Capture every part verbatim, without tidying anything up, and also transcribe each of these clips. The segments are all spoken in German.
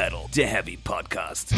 Metal, der Heavy Podcast.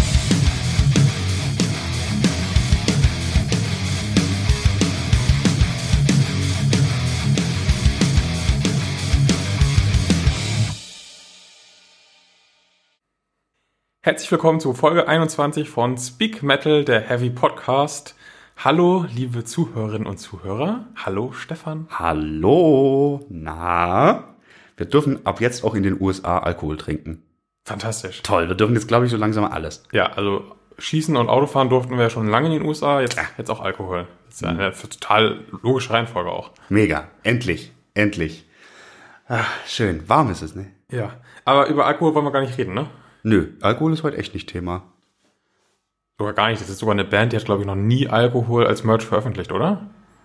Herzlich willkommen zu Folge einundzwanzig von Speak Metal, der Heavy Podcast. Hallo, liebe Zuhörerinnen und Zuhörer. Hallo, Stefan. Hallo. Na, wir dürfen ab jetzt auch in den U S A Alkohol trinken. Fantastisch. Toll, wir dürfen jetzt, glaube ich, so langsam alles. Ja, also Schießen und Autofahren durften wir ja schon lange in den U S A, jetzt, ja. jetzt auch Alkohol. Das ist ja eine total logische Reihenfolge auch. Mega, endlich, endlich. Ach, schön, warm ist es, ne? Ja, aber über Alkohol wollen wir gar nicht reden, ne? Nö, Alkohol ist heute echt nicht Thema. Sogar gar nicht, das ist sogar eine Band, die hat, glaube ich, noch nie Alkohol als Merch veröffentlicht, oder?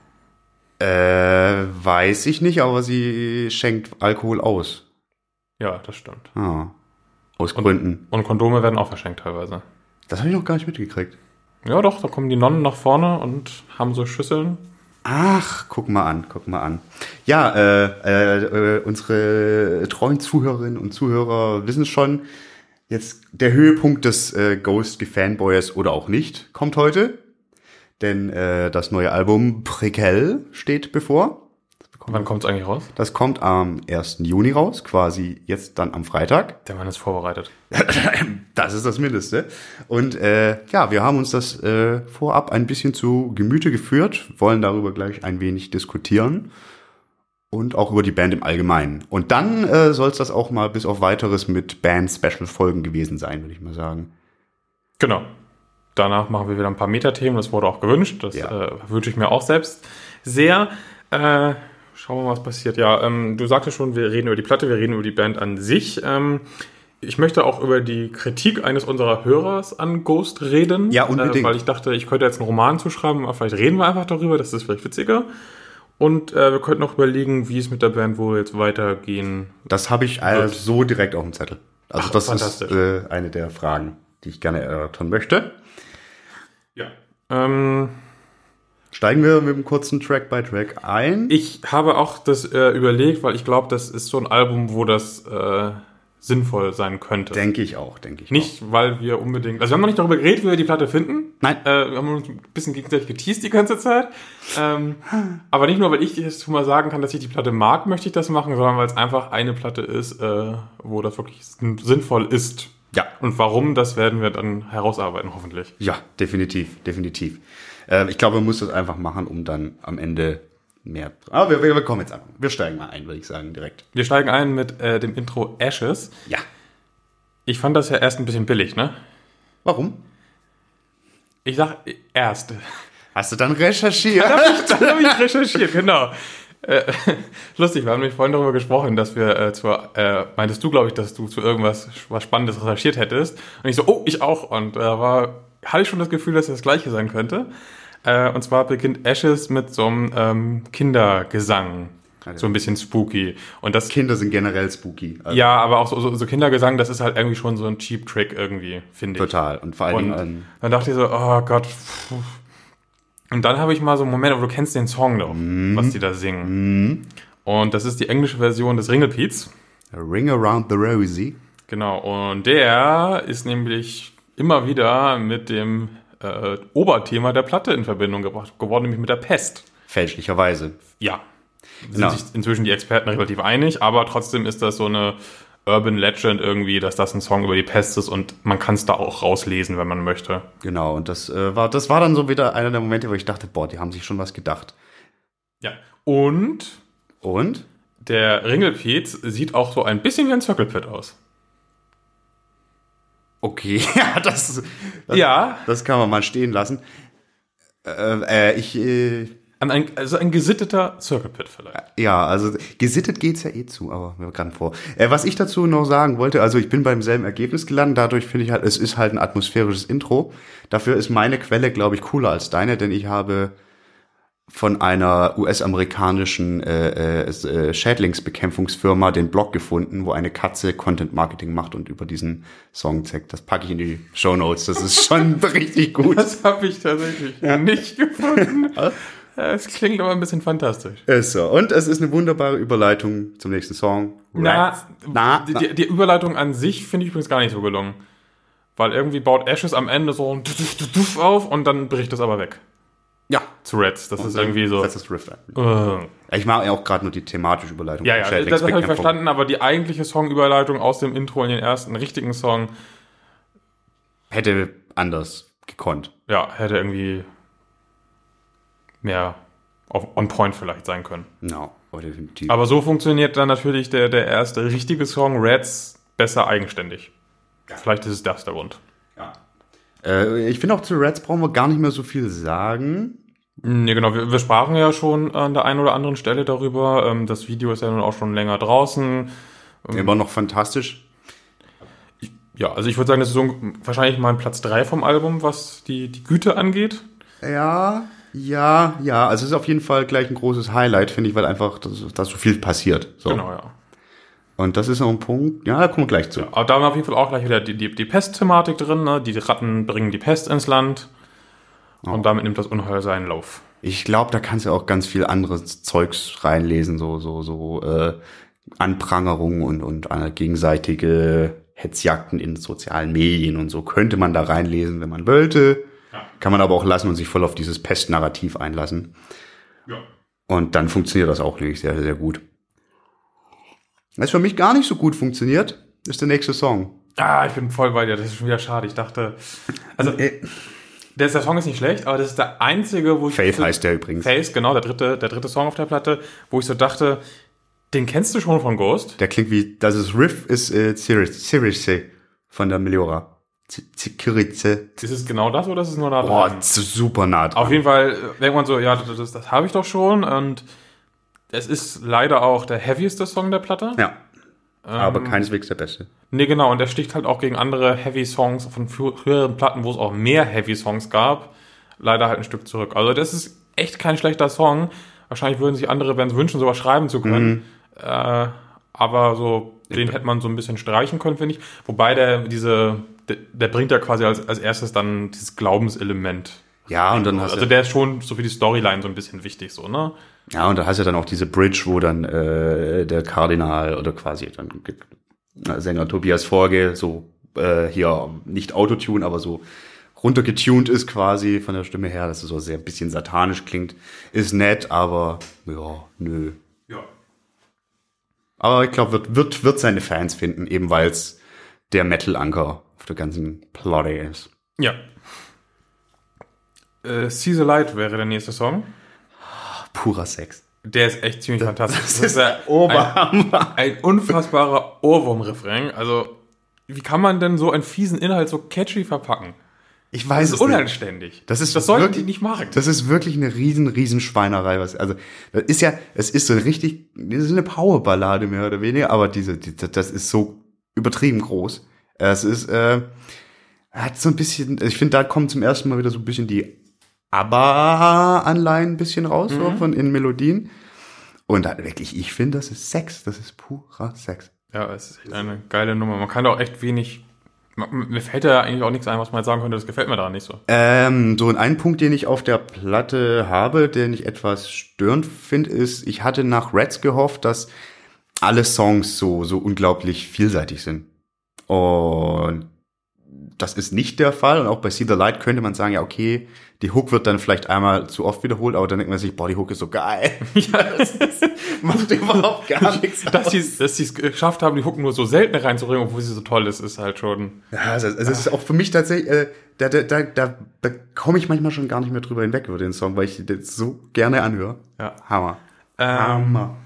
Äh, weiß ich nicht, aber sie schenkt Alkohol aus. Ja, das stimmt. Ah, aus Gründen. Und, und Kondome werden auch verschenkt teilweise. Das habe ich noch gar nicht mitgekriegt. Ja doch, da kommen die Nonnen nach vorne und haben so Schüsseln. Ach, guck mal an, guck mal an. Ja, äh, äh, äh unsere treuen Zuhörerinnen und Zuhörer wissen schon, jetzt der Höhepunkt des äh, Ghost-Fanboys oder auch nicht kommt heute. Denn äh, das neue Album Prequel steht bevor. Wann kommt es eigentlich raus? Das kommt am ersten Juni raus, quasi jetzt dann am Freitag. Der Mann ist vorbereitet. Das ist das Mindeste. Und äh, ja, wir haben uns das äh, vorab ein bisschen zu Gemüte geführt, wollen darüber gleich ein wenig diskutieren und auch über die Band im Allgemeinen. Und dann äh, soll es das auch mal bis auf Weiteres mit Band-Special-Folgen gewesen sein, würde ich mal sagen. Genau. Danach machen wir wieder ein paar Metathemen, das wurde auch gewünscht. Das ja. äh, wünsche ich mir auch selbst sehr. Äh, Schauen wir mal, was passiert. Ja, ähm, du sagtest schon, wir reden über die Platte, wir reden über die Band an sich. Ähm, ich möchte auch über die Kritik eines unserer Hörers an Ghost reden. Ja, unbedingt. Äh, weil ich dachte, ich könnte jetzt einen Roman zuschreiben, aber vielleicht reden wir einfach darüber, das ist vielleicht witziger. Und äh, wir könnten auch überlegen, wie es mit der Band wohl jetzt weitergehen Das habe ich äh, so direkt auf dem Zettel. Also Ach, das ist äh, eine der Fragen, die ich gerne erörtern möchte. Ja. Ähm... Steigen wir mit einem kurzen Track by Track ein. Ich habe auch das äh, überlegt, weil ich glaube, das ist so ein Album, wo das äh, sinnvoll sein könnte. Denke ich auch, denke ich Nicht, auch. weil wir unbedingt... Also wir haben noch nicht darüber geredet, wie wir die Platte finden. Nein. Äh, wir haben uns ein bisschen gegenseitig geteased die ganze Zeit. Ähm, aber nicht nur, weil ich jetzt schon mal sagen kann, dass ich die Platte mag, möchte ich das machen, sondern weil es einfach eine Platte ist, äh, wo das wirklich sinnvoll ist. Ja. Und warum, das werden wir dann herausarbeiten, hoffentlich. Ja, definitiv, definitiv. Äh, ich glaube, man muss das einfach machen, um dann am Ende mehr... Aber wir, wir, wir kommen jetzt an. Wir steigen mal ein, würde ich sagen, direkt. Wir steigen ein mit äh, dem Intro Ashes. Ja. Ich fand das ja erst ein bisschen billig, ne? Warum? Ich sag erst. Hast du dann recherchiert? Dann habe ich, dann hab ich recherchiert, genau. Äh, lustig, wir haben nämlich vorhin darüber gesprochen, dass wir äh, zur, äh, meintest du, glaube ich, dass du zu irgendwas was Spannendes recherchiert hättest. Und ich so, oh, ich auch. Und da äh, war, hatte ich schon das Gefühl, dass das Gleiche sein könnte. Äh, und zwar beginnt Ashes mit so einem ähm, Kindergesang. Also so ein bisschen spooky. Und das Kinder sind generell spooky. Also ja, aber auch so, so, so Kindergesang, das ist halt irgendwie schon so ein Cheap-Trick irgendwie, finde ich. Total. Und vor allen Dingen... Ähm, dann dachte ich so, oh Gott, pff. Und dann habe ich mal so einen Moment, wo du kennst den Song doch, mm. was die da singen. Mm. Und das ist die englische Version des Ringelpiez. Ring Around the Rosie. Genau, und der ist nämlich immer wieder mit dem äh, Oberthema der Platte in Verbindung gebracht geworden, nämlich mit der Pest. Fälschlicherweise. Ja, sind genau. sich inzwischen die Experten relativ einig, aber trotzdem ist das so eine Urban Legend irgendwie, dass das ein Song über die Pest ist und man kann es da auch rauslesen, wenn man möchte. Genau, und das äh, war das war dann so wieder einer der Momente, wo ich dachte, boah, die haben sich schon was gedacht. Ja, und? Und? Der Ringelpiez sieht auch so ein bisschen wie ein Circle Pit aus. Okay, ja, das, das, ja. das kann man mal stehen lassen. Äh, äh, ich... Äh, Ein, also ein gesitteter Circle Pit vielleicht. Ja, also gesittet geht's ja eh zu, aber wir gerade vor. Äh, was ich dazu noch sagen wollte, also ich bin beim selben Ergebnis gelandet, dadurch finde ich halt, es ist halt ein atmosphärisches Intro. Dafür ist meine Quelle, glaube ich, cooler als deine, denn ich habe von einer U S-amerikanischen äh, äh, Schädlingsbekämpfungsfirma den Blog gefunden, wo eine Katze Content Marketing macht und über diesen Song zeigt. Das packe ich in die Shownotes, das ist schon richtig gut. Das habe ich tatsächlich ja. nicht gefunden. Es klingt aber ein bisschen fantastisch. Ist so. Und es ist eine wunderbare Überleitung zum nächsten Song. Na, na, die, die Überleitung an sich finde ich übrigens gar nicht so gelungen. weil irgendwie baut Ashes am Ende so ein Duff auf und dann bricht es aber weg. Ja. Zu Reds. Das Und ist dann irgendwie so. setzt das Riff ein. Äh. Ich mache ja auch gerade nur die thematische Überleitung. Ja, ja, Sheldon das habe ich Spector. verstanden, aber die eigentliche Songüberleitung aus dem Intro in den ersten richtigen Song, Hätte anders gekonnt. ja, hätte irgendwie mehr auf on point vielleicht sein können. Ja, aber definitiv. Aber so funktioniert dann natürlich der, der erste richtige Song, Reds, besser eigenständig. Vielleicht ist es das der Grund. ja. Äh, ich finde auch zu Reds brauchen wir gar nicht mehr so viel sagen. Ja, genau, wir, wir sprachen ja schon an der einen oder anderen Stelle darüber. Ähm, das Video ist ja nun auch schon länger draußen. Ähm, Immer noch fantastisch. Ja, also ich würde sagen, das ist so wahrscheinlich mal Platz drei vom Album, was die, die Güte angeht. Ja, ja, ja. Also es ist auf jeden Fall gleich ein großes Highlight, finde ich, weil einfach da so viel passiert. So. Genau, ja. Und das ist auch ein Punkt, ja, da kommen wir gleich zu. Ja, aber da haben wir auf jeden Fall auch gleich wieder die, die, die Pest-Thematik drin. Ne? Die Ratten bringen die Pest ins Land. Und Oh. damit nimmt das Unheil seinen Lauf. Ich glaube, da kannst du auch ganz viel anderes Zeugs reinlesen, so so so äh, Anprangerungen und und äh, gegenseitige Hetzjagden in sozialen Medien und so könnte man da reinlesen, wenn man wollte. Ja. Kann man aber auch lassen und sich voll auf dieses Pest-Narrativ einlassen. Ja. Und dann funktioniert das auch wirklich sehr, sehr gut. Was für mich gar nicht so gut funktioniert, ist der nächste Song. Ah, ich bin voll bei dir. Das ist schon wieder schade. Ich dachte, also Äh, der, der Song ist nicht schlecht, aber das ist der einzige, wo ich... Faith heißt der übrigens. Faith, genau, der dritte, der dritte Song auf der Platte, wo ich so dachte, den kennst du schon von Ghost? Der klingt wie, das ist Riff, ist äh, Cirice von der Meliora. Cirice. Ist es genau das oder ist es nur nah Boah, dran? super nah dran. Auf jeden Fall äh, denkt man so, ja, das, das, das habe ich doch schon und es ist leider auch der heavieste Song der Platte. Ja, aber Ähm, keineswegs der beste. Nee, genau, und der sticht halt auch gegen andere Heavy-Songs von frü- früheren Platten, wo es auch mehr Heavy-Songs gab, leider halt ein Stück zurück. Also das ist echt kein schlechter Song. Wahrscheinlich würden sich andere Bands wünschen, sowas schreiben zu können. Mhm. Äh, aber so, den hätte man so ein bisschen streichen können, finde ich. Wobei der diese, der, der bringt ja quasi als, als erstes dann dieses Glaubenselement. Ja, und dann hast Also du, der ist schon so für die Storyline so ein bisschen wichtig, so, ne? ja, und da hast du dann auch diese Bridge, wo dann äh, der Kardinal oder quasi dann äh, Sänger Tobias Forge so äh, hier nicht Autotune, aber so runtergetuned ist quasi von der Stimme her, dass es so sehr ein bisschen satanisch klingt. Ist nett, aber ja, nö. Ja. Aber ich glaube, wird, wird, wird seine Fans finden, eben weil es der Metal-Anker auf der ganzen Platte ist. Ja. Äh, See the Light wäre der nächste Song. Purer Sex. Der ist echt ziemlich fantastisch. Das ist der Oberhammer. Ein, ein unfassbarer Ohrwurm-Refrain. Also, wie kann man denn so einen fiesen Inhalt so catchy verpacken? Ich weiß Das es ist nicht. unanständig. Das ist das sollten wirklich- die nicht machen. Das ist wirklich eine riesen, riesen Schweinerei. Was, also, das ist ja, es ist so richtig, das ist eine Powerballade mehr oder weniger, aber diese, die, das ist so übertrieben groß. Es ist, äh, hat so ein bisschen, ich finde, da kommt zum ersten Mal wieder so ein bisschen die ABBA-Anleihen ein bisschen raus, so von in Melodien. Und dann wirklich, ich finde, das ist Sex. Das ist purer Sex. Ja, es ist echt eine geile Nummer. Man kann da auch echt wenig. man- Mir fällt da eigentlich auch nichts ein, was man jetzt sagen könnte, das gefällt mir da nicht so. Ähm, so ein Punkt, den ich auf der Platte habe, den ich etwas störend finde, ist, ich hatte nach Reds gehofft, dass alle Songs so, so unglaublich vielseitig sind. Und das ist nicht der Fall. Und auch bei See the Light könnte man sagen, ja, okay, die Hook wird dann vielleicht einmal zu oft wiederholt, aber dann denkt man sich, boah, die Hook ist so geil. Ja, das ist, macht überhaupt gar nichts. Dass die dass die es geschafft haben, die Hook nur so selten reinzubringen, obwohl sie so toll ist, ist halt schon. Ja, also, also es ist auch für mich tatsächlich, äh, da, da, da, da, da komme ich manchmal schon gar nicht mehr drüber hinweg über den Song, weil ich den so gerne anhöre. Ja. Hammer. Ähm, Hammer.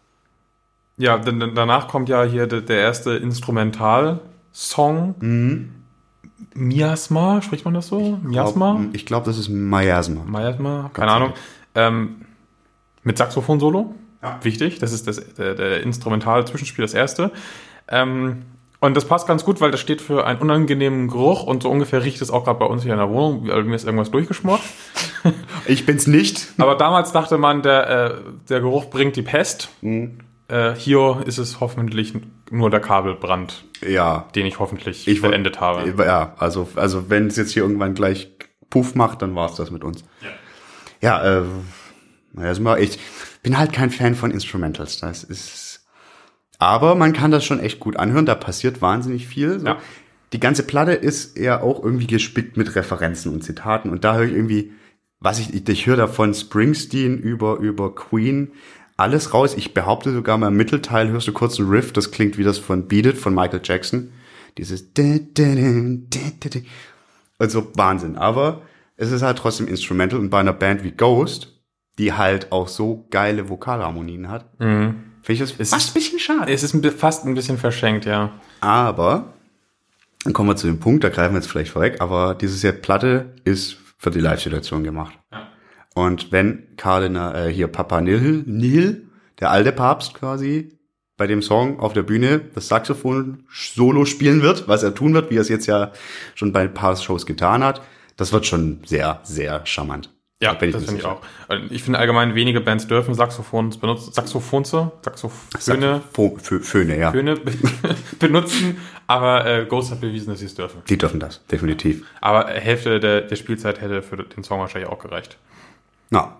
Ja, dann, dann danach kommt ja hier der, der erste Instrumental-Song. Mhm. Miasma, spricht man das so? Miasma? Ich glaube, das ist Miasma. Miasma? Keine Ahnung. Ähm, mit Saxophon-Solo. Ja. Wichtig. Das ist das, der, der Instrumental-Zwischenspiel, das erste. Ähm, und das passt ganz gut, weil das steht für einen unangenehmen Geruch und so ungefähr riecht es auch gerade bei uns hier in der Wohnung. weil Mir ist irgendwas durchgeschmort. Ich bin's nicht. Aber damals dachte man, der, äh, der Geruch bringt die Pest. Mhm. Äh, hier ist es hoffentlich nur der Kabelbrand, Ja. den ich hoffentlich Ich wollt- beendet habe. Ja, also, also wenn es jetzt hier irgendwann gleich Puff macht, dann war's das mit uns. Ja, ja äh, Miasma, ich bin halt kein Fan von Instrumentals. Das ist, aber man kann das schon echt gut anhören. Da passiert wahnsinnig viel. So. Ja. die ganze Platte ist ja auch irgendwie gespickt mit Referenzen und Zitaten. Und da höre ich irgendwie, was ich, ich, ich höre da von Springsteen über, über Queen, alles raus. Ich behaupte sogar mal im Mittelteil hörst du kurz einen Riff, das klingt wie das von Beat It von Michael Jackson. Dieses also Wahnsinn. Aber es ist halt trotzdem Instrumental und bei einer Band wie Ghost, die halt auch so geile Vokalharmonien hat, Mhm. finde ich das Es fast ist- ein bisschen schade. Es ist ein bi- fast ein bisschen verschenkt, ja. Aber, dann kommen wir zu dem Punkt, da greifen wir jetzt vielleicht vorweg, aber dieses Jahr Platte ist für die Live-Situation gemacht. Ja. Und wenn Kardinal, äh, hier Papa Nil, Nil, der alte Papst quasi, bei dem Song auf der Bühne das Saxophon solo spielen wird, was er tun wird, wie er es jetzt ja schon bei ein paar Shows getan hat, das wird schon sehr, sehr charmant. Ja, Da bin das mir finde ich sicher. auch. Ich finde allgemein, wenige Bands dürfen Saxophons benutzen, Saxophonze, Saxophone, Saxophon- Fö- Föhne, ja. Föhne be- benutzen, aber äh, Ghost hat bewiesen, dass sie es dürfen. Die dürfen das, definitiv. Aber Hälfte der, der Spielzeit hätte für den Song wahrscheinlich auch gereicht. Na,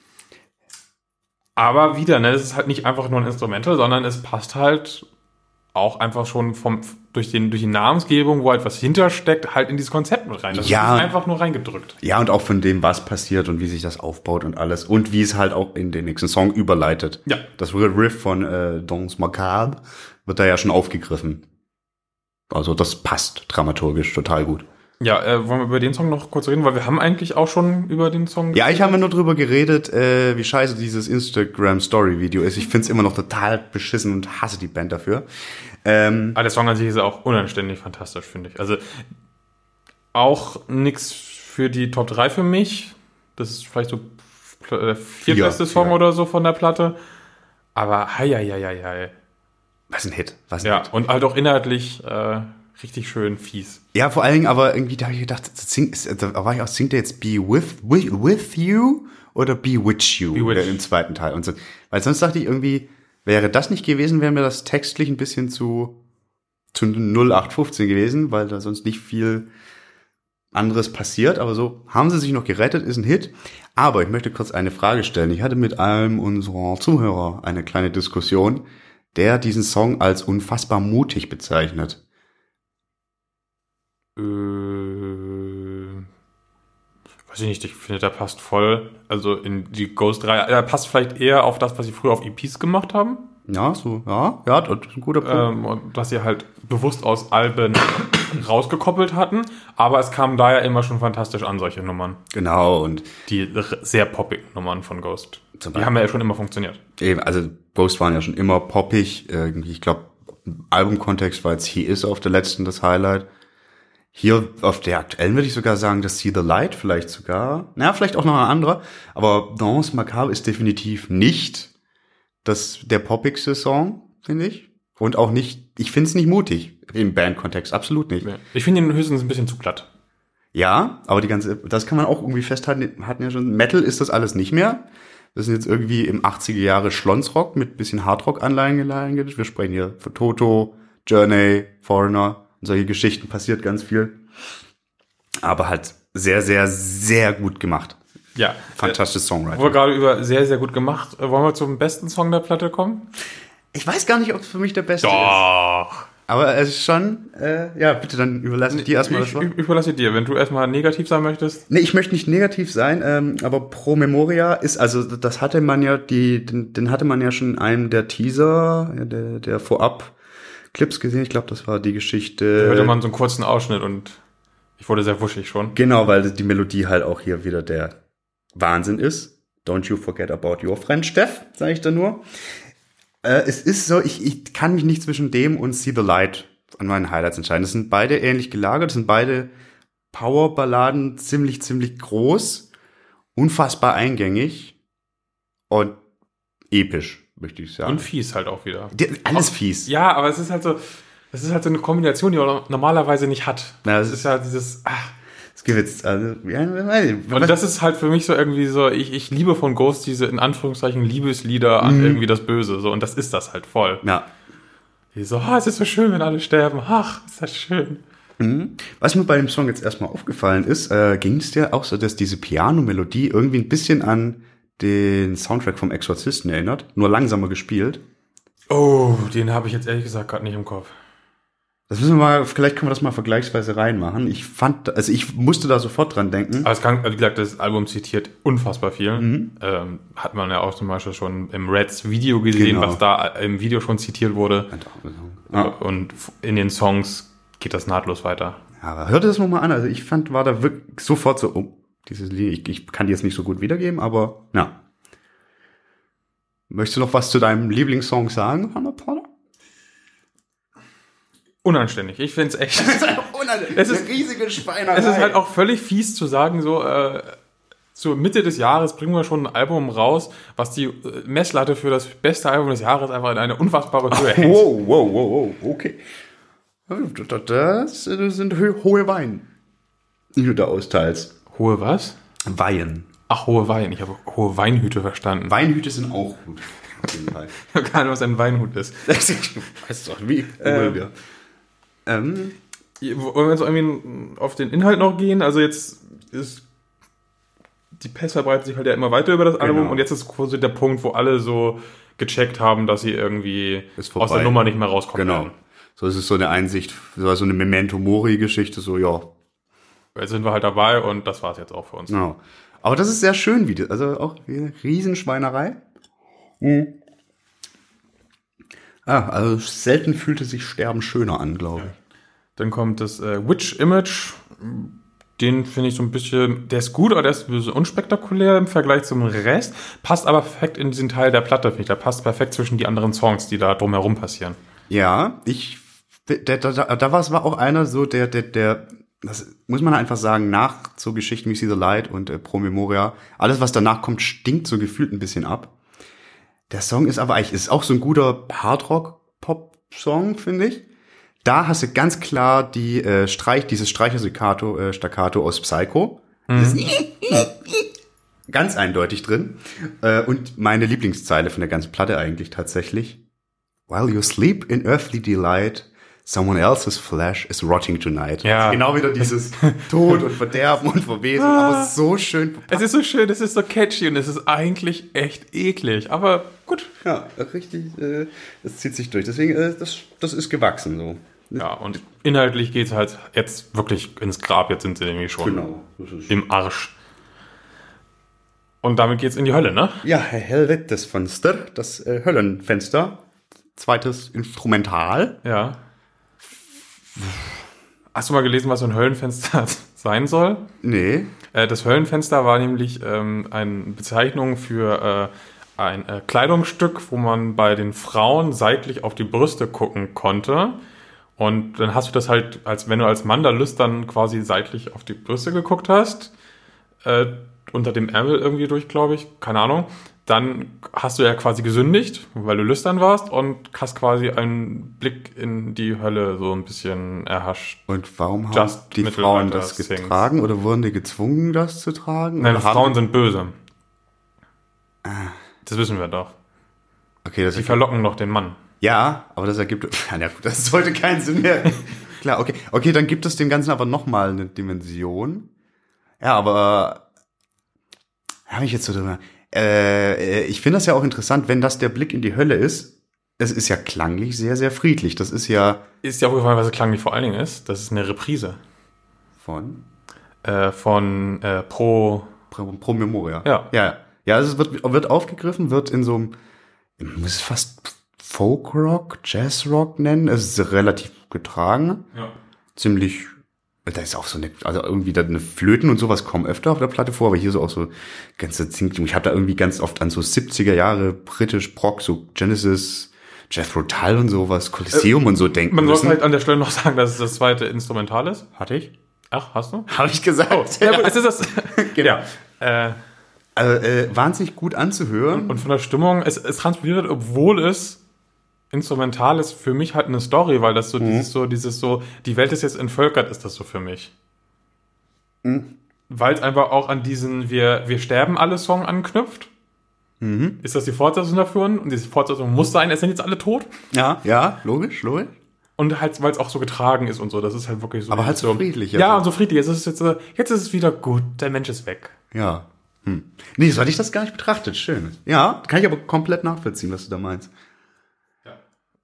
Aber wieder, ne, es ist halt nicht einfach nur ein Instrumental, sondern es passt halt auch einfach schon vom durch den durch die Namensgebung, wo halt was hintersteckt, halt in dieses Konzept mit rein. Das Ja. ist einfach nur reingedrückt. ja, und auch von dem, was passiert und wie sich das aufbaut und alles. Und wie es halt auch in den nächsten Song überleitet. Ja. Das Riff von äh, Danse Macabre wird da ja schon aufgegriffen. Also das passt dramaturgisch total gut. Ja, äh, wollen wir über den Song noch kurz reden, weil wir haben eigentlich auch schon über den Song. Ja, ich habe nur drüber geredet, äh, wie scheiße dieses Instagram-Story-Video ist. Ich find's immer noch total beschissen und hasse die Band dafür. Ähm, Aber der Song an sich ist auch unanständig fantastisch, finde ich. Also auch nix für die Top drei für mich. Das ist vielleicht so der viertbeste Vier, Song ja. oder so von der Platte. Aber hei, hei, hei, hei, hei. was ein Hit, was ein Ja, Hit. und halt auch inhaltlich äh, richtig schön fies. Ja, vor allen Dingen, aber irgendwie, da habe ich gedacht, das sing, ist- da war ich auch, singt er jetzt Be With, with, with You oder Bewitch You Bewitch. äh, im zweiten Teil? Und so. Weil sonst dachte ich irgendwie, wäre das nicht gewesen, wäre mir das textlich ein bisschen zu, zu null acht fünfzehn gewesen, weil da sonst nicht viel anderes passiert. Aber so haben sie sich noch gerettet, ist ein Hit. Aber ich möchte kurz eine Frage stellen. Ich hatte mit einem unserer Zuhörer eine kleine Diskussion, der diesen Song als unfassbar mutig bezeichnet. Äh, weiß ich nicht, ich finde, der passt voll. Also in die Ghost-Reihe. Er passt vielleicht eher auf das, was sie früher auf E Ps gemacht haben. Ja, so, ja, ja, das ist ein guter Punkt. Ähm, und was sie halt bewusst aus Alben rausgekoppelt hatten. Aber es kam da ja immer schon fantastisch an, solche Nummern. Genau, und Die r- sehr poppigen Nummern von Ghost. Zum Die Beispiel. haben ja schon immer funktioniert. eben, also Ghost waren ja schon immer poppig. Irgendwie, ich glaube, im Albumkontext war jetzt He Is auf der letzten das Highlight. Hier auf der aktuellen würde ich sogar sagen, dass See the Light vielleicht sogar, na, vielleicht auch noch ein anderer, aber Danse Macabre ist definitiv nicht das, der poppigste Song, finde ich. Und auch nicht, ich finde es nicht mutig im Bandkontext, absolut nicht. Ich finde ihn höchstens ein bisschen zu glatt. Ja, aber die ganze, das kann man auch irgendwie festhalten, hatten ja schon, Metal ist das alles nicht mehr. Wir sind jetzt irgendwie im achtziger Jahre Schlonsrock mit bisschen Hardrock-Anleihen geleitet. Wir sprechen hier von Toto, Journey, Foreigner und solche Geschichten, passiert ganz viel. Aber halt sehr, sehr, sehr gut gemacht. Ja. Fantastisches Wo wir Songwriting. gerade über sehr, sehr gut gemacht. äh, Wollen wir zum besten Song der Platte kommen? Ich weiß gar nicht, ob es für mich der beste ist. Doch. Aber es ist schon, äh, ja, bitte, dann überlasse ich dir erstmal das Ich, Wort. ich überlasse dir, wenn du erstmal negativ sein möchtest. Nee, ich möchte nicht negativ sein, ähm, aber Pro Memoria ist, also das hatte man ja, die, den, den hatte man ja schon in einem der Teaser, ja, der, der Vorab-Clips gesehen. Ich glaube, das war die Geschichte. Da hörte man so einen kurzen Ausschnitt und ich wurde sehr wuschig schon. Genau, weil die Melodie halt auch hier wieder der Wahnsinn ist. Don't you forget about your friend Steff, sage ich da nur. Äh, es ist so, ich, ich kann mich nicht zwischen dem und See the Light an meinen Highlights entscheiden. Das sind beide ähnlich gelagert, das sind beide Powerballaden, ziemlich, ziemlich groß, unfassbar eingängig und episch, möchte ich sagen. Und fies halt auch wieder. Die, alles fies. Ja, aber es ist halt so, es ist halt so eine Kombination, die man normalerweise nicht hat. Ja, Es ist ja dieses, ah. Es gibt jetzt, also, ja, Und das ist halt für mich so irgendwie so, ich, ich liebe von Ghost diese, in Anführungszeichen, Liebeslieder an irgendwie das Böse, so, und das ist das halt voll. ja. Die so, ah, es ist so schön, wenn alle sterben, ach, ist das schön. Was mir bei dem Song jetzt erstmal aufgefallen ist, äh, ging es dir auch so, dass diese Piano-Melodie irgendwie ein bisschen an den Soundtrack vom Exorzisten erinnert, nur langsamer gespielt. Oh, den habe ich jetzt ehrlich gesagt gerade nicht im Kopf. Das müssen wir mal, vielleicht können wir das mal vergleichsweise reinmachen. Ich fand, also ich musste da sofort dran denken. Aber es kann, wie gesagt, das Album zitiert unfassbar viel. Mhm. Ähm, hat man ja auch zum Beispiel schon im Reds Video gesehen, genau. was da im Video schon zitiert wurde. Ja. Und in den Songs geht das nahtlos weiter. Ja, aber hört das nochmal an. Also ich fand, war da wirklich sofort so, oh, dieses Lied, ich, ich kann die jetzt nicht so gut wiedergeben, aber ja. Möchtest du noch was zu deinem Lieblingssong sagen, Hannah Paula? Unanständig. Ich finde es echt. Das ist unanständig. Es ist eine riesige Schweinerei. Es ist halt auch völlig fies zu sagen, so äh, zur Mitte des Jahres bringen wir schon ein Album raus, was die Messlatte für das beste Album des Jahres einfach in eine unfassbare Höhe hängt. Wow, wow, wow, wow, okay. Das, das sind hohe Wein, die du da austeilst. Hohe was? Wein. Ach, hohe Wein. Ich habe hohe Weinhüte verstanden. Weinhüte sind auch gut. Ich habe keine Ahnung, was ein Weinhut ist. Weißt du doch, wie? Ähm, wir. Ähm. Wollen wir jetzt irgendwie auf den Inhalt noch gehen? Also jetzt ist die Pest verbreitet sich halt ja immer weiter über das Album genau. und jetzt ist quasi der Punkt, wo alle so gecheckt haben, dass sie irgendwie aus der Nummer nicht mehr rauskommen genau. werden. So ist es so eine Einsicht, so eine Memento-Mori-Geschichte, so ja. Jetzt sind wir halt dabei und das war's jetzt auch für uns. Genau. Aber das ist sehr schön, wie das, also auch eine Riesenschweinerei. Mhm. Ah, also selten fühlte sich Sterben schöner an, glaube ich. Ja. Dann kommt das äh, Witch Image. Den finde ich so ein bisschen, der ist gut, aber der ist ein bisschen unspektakulär im Vergleich zum Rest. Passt aber perfekt in diesen Teil der Platte, finde ich. Der passt perfekt zwischen die anderen Songs, die da drumherum passieren. Ja, ich, der, da, da, da war es war auch einer so, der, der, der, das muss man einfach sagen, nach so Geschichten wie See the Light und äh, Pro Memoria, alles, was danach kommt, stinkt so gefühlt ein bisschen ab. Der Song ist aber eigentlich, ist auch so ein guter Hardrock-Pop-Song, finde ich. Da hast du ganz klar die äh, Streich, dieses Streicher-Staccato äh, Staccato aus Psycho. Mhm. Ganz eindeutig drin. Äh, und meine Lieblingszeile von der ganzen Platte eigentlich tatsächlich. While you sleep in earthly delight, someone else's flesh is rotting tonight. Ja. Genau wieder dieses Tod und Verderben und Verwesen, aber so schön verpackt. Es ist so schön, es ist so catchy und es ist eigentlich echt eklig, aber gut. Ja, richtig, äh, das zieht sich durch. Deswegen, äh, das, das ist gewachsen so. Ja, und inhaltlich geht's halt jetzt wirklich ins Grab, jetzt sind sie irgendwie schon genau, im Arsch. Und damit geht's in die Hölle, ne? Ja, Helvetes Fenster, das äh, Höllenfenster. Zweites Instrumental. Ja. Hast du mal gelesen, was so ein Höllenfenster sein soll? Nee. Äh, das Höllenfenster war nämlich ähm, eine Bezeichnung für äh, ein äh, Kleidungsstück, wo man bei den Frauen seitlich auf die Brüste gucken konnte. Und dann hast du das halt, als wenn du als Mann da lüstern quasi seitlich auf die Brüste geguckt hast, äh, unter dem Ärmel irgendwie durch, glaube ich, keine Ahnung, dann hast du ja quasi gesündigt, weil du lüstern warst und hast quasi einen Blick in die Hölle so ein bisschen erhascht. Und warum haben die Frauen das getragen things. Oder wurden die gezwungen, das zu tragen? Nein, oder Frauen sind böse. Ah. Das wissen wir doch. Okay, das die verlocken doch den Mann. Ja, aber das ergibt, ja gut, das sollte keinen Sinn mehr. Klar, okay. Okay, dann gibt es dem Ganzen aber nochmal eine Dimension. Ja, aber, habe ich jetzt so drüber, äh, ich finde das ja auch interessant, wenn das der Blick in die Hölle ist. Es ist ja klanglich sehr, sehr friedlich. Das ist ja. Ist dir aufgefallen, was es klanglich vor allen Dingen ist? Das ist eine Reprise. Von? Äh, von, äh, Pro. Pro, Pro Memoria. Ja. Ja, ja, also es wird, wird aufgegriffen, wird in so einem, muss es fast Folk-Rock, Jazz-Rock nennen. Es ist relativ getragen. Ja. Ziemlich, da ist auch so eine, also irgendwie da eine Flöten und sowas kommen öfter auf der Platte vor, aber hier so auch so ganze, ich habe da irgendwie ganz oft an so siebziger Jahre britisch Prog, so Genesis, Jethro Tull und sowas, Colosseum äh, und so denken Man müssen. muss halt an der Stelle noch sagen, dass es das zweite Instrumental ist. Hatte ich? Ach, hast du? Habe ich gesagt. Oh, ja, gut, es ist das. Genau. Ja. Äh, also, äh, wahnsinnig gut anzuhören. Und, und von der Stimmung, es, es transportiert, obwohl es instrumental ist, für mich halt eine Story, weil das so, mhm. dieses so, dieses so, die Welt ist jetzt entvölkert, ist das so für mich. Mhm. Weil es einfach auch an diesen Wir, wir sterben alle Song anknüpft. Mhm. Ist das die Fortsetzung dafür? Und diese Fortsetzung muss sein, es sind jetzt alle tot. Ja, ja, logisch, logisch. Und halt, weil es auch so getragen ist und so, das ist halt wirklich so. Aber halt so friedlich. Ja, und so friedlich. Jetzt ist es jetzt, jetzt ist es wieder gut, der Mensch ist weg. Ja. Hm. Nee, so hatte ich das gar nicht betrachtet. Schön. Ja, kann ich aber komplett nachvollziehen, was du da meinst. Ja.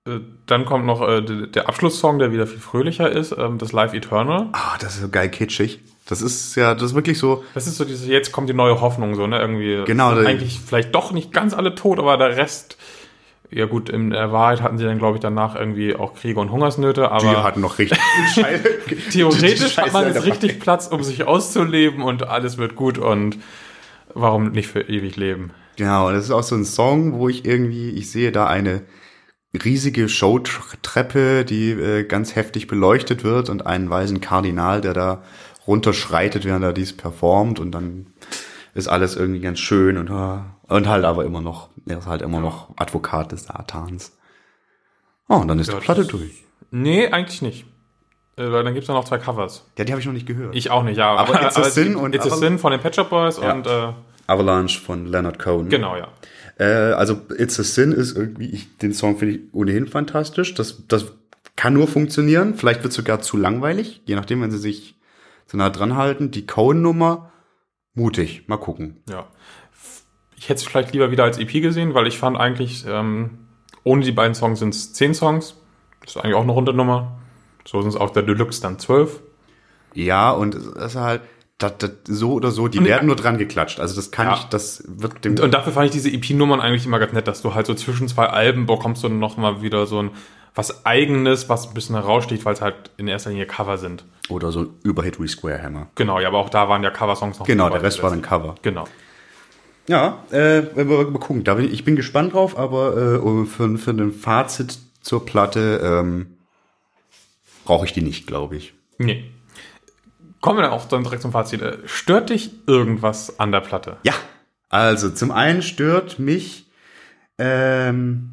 Äh, dann kommt noch äh, d- der Abschlusssong, der wieder viel fröhlicher ist, ähm, das Live Eternal. Ah, das ist so geil kitschig. Das ist ja, das ist wirklich so. Das ist so diese, jetzt kommt die neue Hoffnung, so, ne, irgendwie. Genau, sind der- eigentlich vielleicht doch nicht ganz alle tot, aber der Rest, ja gut, in der Wahrheit hatten sie dann, glaube ich, danach irgendwie auch Kriege und Hungersnöte, aber Die hatten noch richtig viel Scheiße. theoretisch hat man Scheiße jetzt dabei. richtig Platz, um sich auszuleben und alles wird gut und warum nicht für ewig leben? Genau, das ist auch so ein Song, wo ich irgendwie, ich sehe da eine riesige Showtreppe, die äh, ganz heftig beleuchtet wird und einen weißen Kardinal, der da runterschreitet, während er dies performt und dann ist alles irgendwie ganz schön und, und halt aber immer noch, er ist halt immer noch Advokat des Satans. Oh, und dann ist Ja, die Platte das- durch. Nee, eigentlich nicht. Äh, Weil dann gibt's noch zwei Covers. Ja, die habe ich noch nicht gehört. Ich auch nicht, ja. Aber It's a es Sin gibt und It's a Aval- Sin von den Pet Shop Boys Ja. und äh, Avalanche von Leonard Cohen. genau, ja. Äh, also It's a Sin ist irgendwie, ich, den Song finde ich ohnehin fantastisch. Das, das kann nur funktionieren. Vielleicht wird es sogar zu langweilig, je nachdem, wenn sie sich so nah dran halten. Die Cohen-Nummer, mutig. Mal gucken. Ja. Ich hätte es vielleicht lieber wieder als E P gesehen, weil ich fand eigentlich, ähm, ohne die beiden Songs sind es zehn Songs. Das ist eigentlich auch eine runde Nummer. So sind es auch der Deluxe dann zwölf. Ja, und es ist halt, das, das, so oder so, die Und- werden nur dran geklatscht. Also das kann Ja. ich, das wird dem... Und, und dafür fand ich diese E P-Nummern eigentlich immer ganz nett, dass du halt so zwischen zwei Alben bekommst du noch mal wieder so ein was Eigenes, was ein bisschen heraussticht, weil es halt in erster Linie Cover sind. oder so ein Überhit wie Square Hammer. Genau, ja, aber auch da waren ja Cover-Songs noch Genau, dabei. der Rest war dann Cover. Genau. Ja, äh, wir mal gucken. Da bin ich, ich bin gespannt drauf, aber äh, für, für ein Fazit zur Platte ähm, brauche ich die nicht, glaube ich. Nee. Kommen wir dann auch dann direkt zum Fazit. Äh, Stört dich irgendwas an der Platte? Ja, also zum einen stört mich ähm,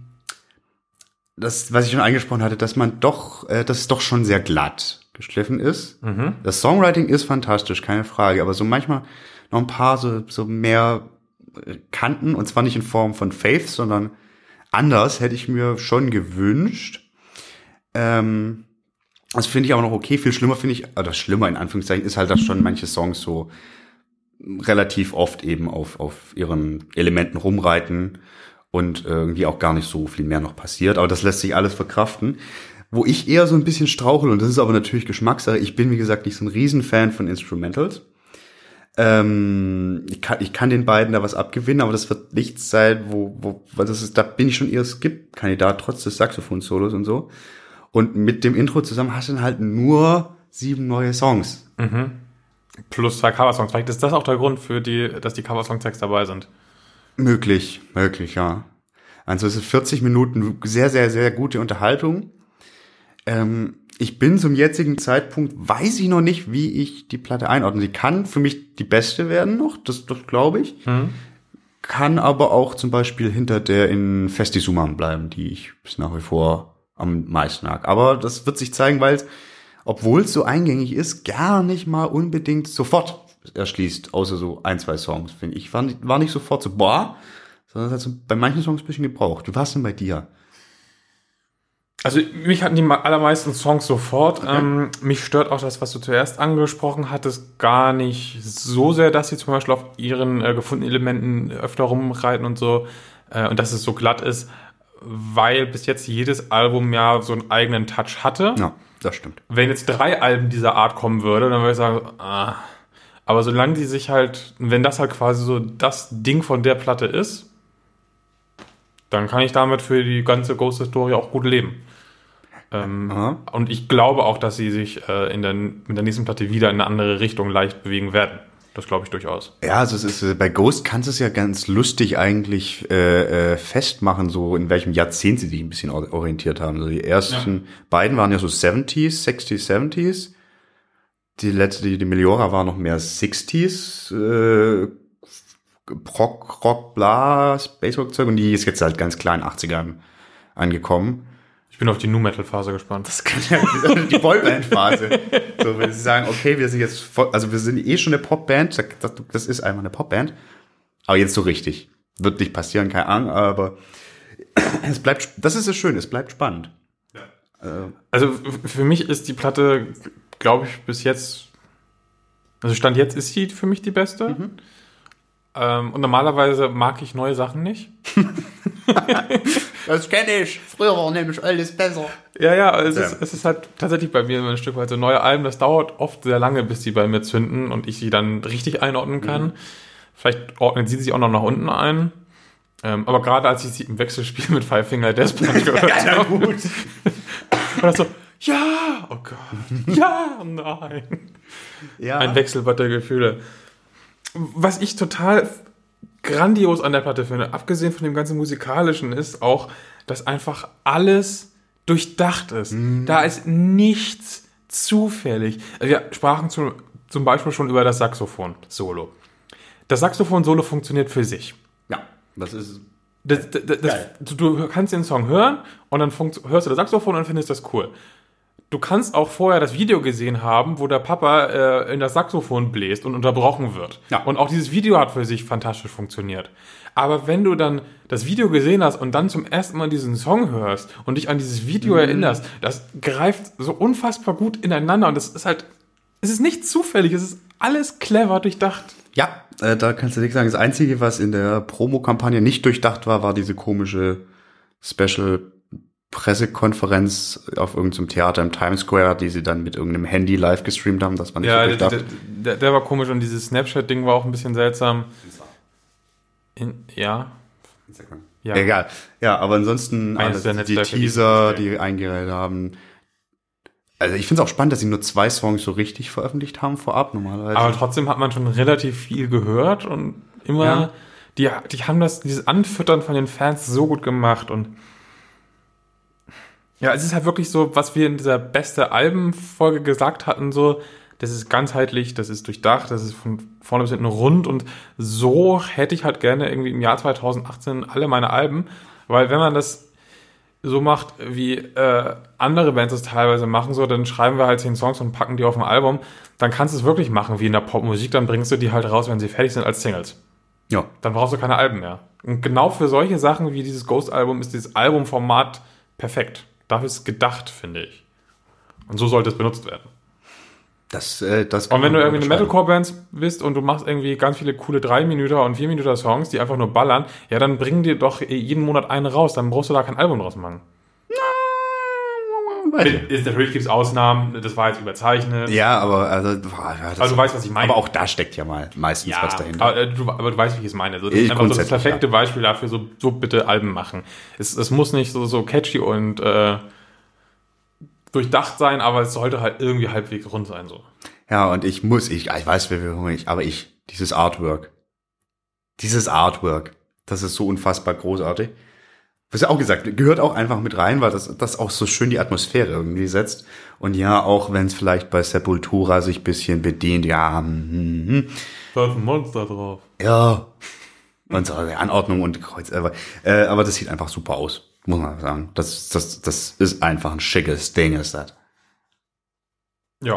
das, was ich schon angesprochen hatte, dass man doch, äh, dass es doch schon sehr glatt geschliffen ist. Mhm. Das Songwriting ist fantastisch, keine Frage, aber so manchmal noch ein paar so, so mehr Kanten, und zwar nicht in Form von Faith, sondern anders hätte ich mir schon gewünscht. Ähm, das finde ich aber noch okay. Viel schlimmer finde ich, oder schlimmer in Anführungszeichen, ist halt, dass schon manche Songs so relativ oft eben auf, auf ihren Elementen rumreiten und irgendwie auch gar nicht so viel mehr noch passiert. Aber das lässt sich alles verkraften. Wo ich eher so ein bisschen strauchel, und das ist aber natürlich Geschmackssache, ich bin, wie gesagt, nicht so ein Riesenfan von Instrumentals. Ähm, ich kann, ich kann den beiden da was abgewinnen, aber das wird nichts sein, wo, wo, weil das ist, da bin ich schon eher Skip-Kandidat, trotz des Saxophon-Solos und so. Und mit dem Intro zusammen hast du dann halt nur sieben neue Songs. Plus zwei Cover-Songs. Vielleicht ist das auch der Grund für die, dass die Cover-Song-Text dabei sind. Möglich, möglich, ja. Also es ist vierzig Minuten sehr, sehr, sehr gute Unterhaltung. Ähm, ich bin zum jetzigen Zeitpunkt, weiß ich noch nicht, wie ich die Platte einordne. Sie kann für mich die beste werden noch, das, das glaube ich. Mhm. Kann aber auch zum Beispiel hinter der in Festisuman bleiben, die ich bis nach wie vor am meisten mag. Aber das wird sich zeigen, weil es, obwohl es so eingängig ist, gar nicht mal unbedingt sofort erschließt, außer so ein, zwei Songs, finde ich. War nicht, war nicht sofort so, boah, sondern es hat so bei manchen Songs ein bisschen gebraucht. Wie war es denn bei dir? Also mich hatten die allermeisten Songs sofort. Okay. Ähm, mich stört auch das, was du zuerst angesprochen hattest, gar nicht so sehr, dass sie zum Beispiel auf ihren äh, gefundenen Elementen öfter rumreiten und so äh, und dass es so glatt ist, weil bis jetzt jedes Album ja so einen eigenen Touch hatte. Ja, das stimmt. Wenn jetzt drei Alben dieser Art kommen würde, dann würde ich sagen, ah. Aber solange die sich halt, wenn das halt quasi so das Ding von der Platte ist, dann kann ich damit für die ganze Ghost-Historie auch gut leben. Ähm, und ich glaube auch, dass sie sich äh, in der, mit der nächsten Platte wieder in eine andere Richtung leicht bewegen werden. Das glaube ich durchaus. Ja, also es ist, bei Ghost kannst du es ja ganz lustig eigentlich äh, äh, festmachen, so in welchem Jahrzehnt sie sich ein bisschen orientiert haben. Also die ersten ja. beiden waren ja so siebziger, sechziger, siebziger. Die letzte, die, die Meliora war noch mehr sechziger, äh, Rock, Rock, bla, Space Rock Zeug, und die ist jetzt halt ganz klar in den achtzigern angekommen. Ich bin auf die Nu-Metal-Phase gespannt. Das kann ja die Boyband-Phase. So, wenn sie sagen, okay, wir sind jetzt voll, also wir sind eh schon eine Popband, das, das ist einfach eine Popband, aber jetzt so richtig. Wird nicht passieren, keine Ahnung, aber es bleibt, das ist das Schöne, es bleibt spannend. Ja. Äh, also für mich ist die Platte, glaube ich, bis jetzt, also Stand jetzt ist sie für mich die beste. Mhm. Ähm, und normalerweise mag ich neue Sachen nicht. Das kenne ich. Früher war nämlich alles besser. Ja, ja, es, Ja. Ist, es ist halt tatsächlich bei mir immer ein Stück weit so neue Alben, das dauert oft sehr lange, bis die bei mir zünden und ich sie dann richtig einordnen kann. Mhm. Vielleicht ordnet sie sich auch noch nach unten ein. Ähm, aber gerade als ich sie im Wechselspiel mit Five Finger Death Punch gehört Ja, habe, gut. war das so, ja, oh Gott, ja, nein. Ja. Ein Wechselbad der Gefühle. Was ich total grandios an der Platte finde, abgesehen von dem ganzen Musikalischen, ist auch, dass einfach alles durchdacht ist. Mm. Da ist nichts zufällig. Wir sprachen zu, zum Beispiel schon über das Saxophon-Solo. Das Saxophon-Solo funktioniert für sich. Ja, das ist... Das, das, das, du, du kannst den Song hören und dann funkt, hörst du das Saxophon und findest das cool. Du kannst auch vorher das Video gesehen haben, wo der Papa äh, in das Saxophon bläst und unterbrochen wird. Ja. Und auch dieses Video hat für sich fantastisch funktioniert. Aber wenn du dann das Video gesehen hast und dann zum ersten Mal diesen Song hörst und dich an dieses Video mhm. erinnerst, das greift so unfassbar gut ineinander und das ist halt, es ist nicht zufällig, es ist alles clever durchdacht. Ja, äh, da kannst du nichts sagen. Das Einzige, was in der Promokampagne nicht durchdacht war, war diese komische Special Pressekonferenz auf irgendeinem Theater im Times Square, die sie dann mit irgendeinem Handy live gestreamt haben. Das war nicht ja, so durchdacht. Der, der, der war komisch und dieses Snapchat-Ding war auch ein bisschen seltsam. In, ja. ja. Egal. Ja, aber ansonsten alles, die Teaser, die eingereiht haben. Also ich finde es auch spannend, dass sie nur zwei Songs so richtig veröffentlicht haben vorab normalerweise. Aber trotzdem hat man schon relativ viel gehört und immer, ja. die, die haben das, dieses Anfüttern von den Fans so gut gemacht und ja, es ist halt wirklich so, was wir in dieser beste Alben-Folge gesagt hatten, so, das ist ganzheitlich, das ist durchdacht, das ist von vorne bis hinten rund und so hätte ich halt gerne irgendwie im Jahr zwanzig achtzehn alle meine Alben, weil wenn man das so macht, wie äh, andere Bands es teilweise machen, so, dann schreiben wir halt zehn Songs und packen die auf ein Album, dann kannst du es wirklich machen wie in der Popmusik, dann bringst du die halt raus, wenn sie fertig sind als Singles. Ja. Dann brauchst du keine Alben mehr. Und genau für solche Sachen wie dieses Ghost-Album ist dieses Albumformat perfekt. Dafür ist es gedacht, finde ich. Und so sollte es benutzt werden. Das, äh, das und wenn du irgendwie eine Metalcore-Band bist und du machst irgendwie ganz viele coole drei Minuten und vier Minuten Songs, die einfach nur ballern, ja, dann bringen dir doch jeden Monat einen raus. Dann brauchst du da kein Album draus machen. Ist, natürlich gibt es Ausnahmen, das war jetzt überzeichnet. Ja, aber also, boah, ja, das also du weißt, was ich meine. Aber auch da steckt ja mal meistens ja, was dahinter. Aber, äh, du, aber du weißt, wie ich es meine. Also, das ich ist einfach so das perfekte ja. Beispiel dafür, so, so bitte Alben machen. Es, es muss nicht so, so catchy und äh, durchdacht sein, aber es sollte halt irgendwie halbwegs rund sein. So. Ja, und ich muss, ich, ich weiß, wer wir nicht, aber ich, dieses Artwork. Dieses Artwork, das ist so unfassbar großartig. Was ja auch gesagt, gehört auch einfach mit rein, weil das, das auch so schön die Atmosphäre irgendwie setzt. Und ja, auch wenn es vielleicht bei Sepultura sich ein bisschen bedient, ja, hm, hm. Da ist ein Monster drauf. Ja. Und so Anordnung und Kreuz, aber, äh, aber das sieht einfach super aus, muss man sagen. Das, das, das ist einfach ein schickes Ding, ist das. Ja.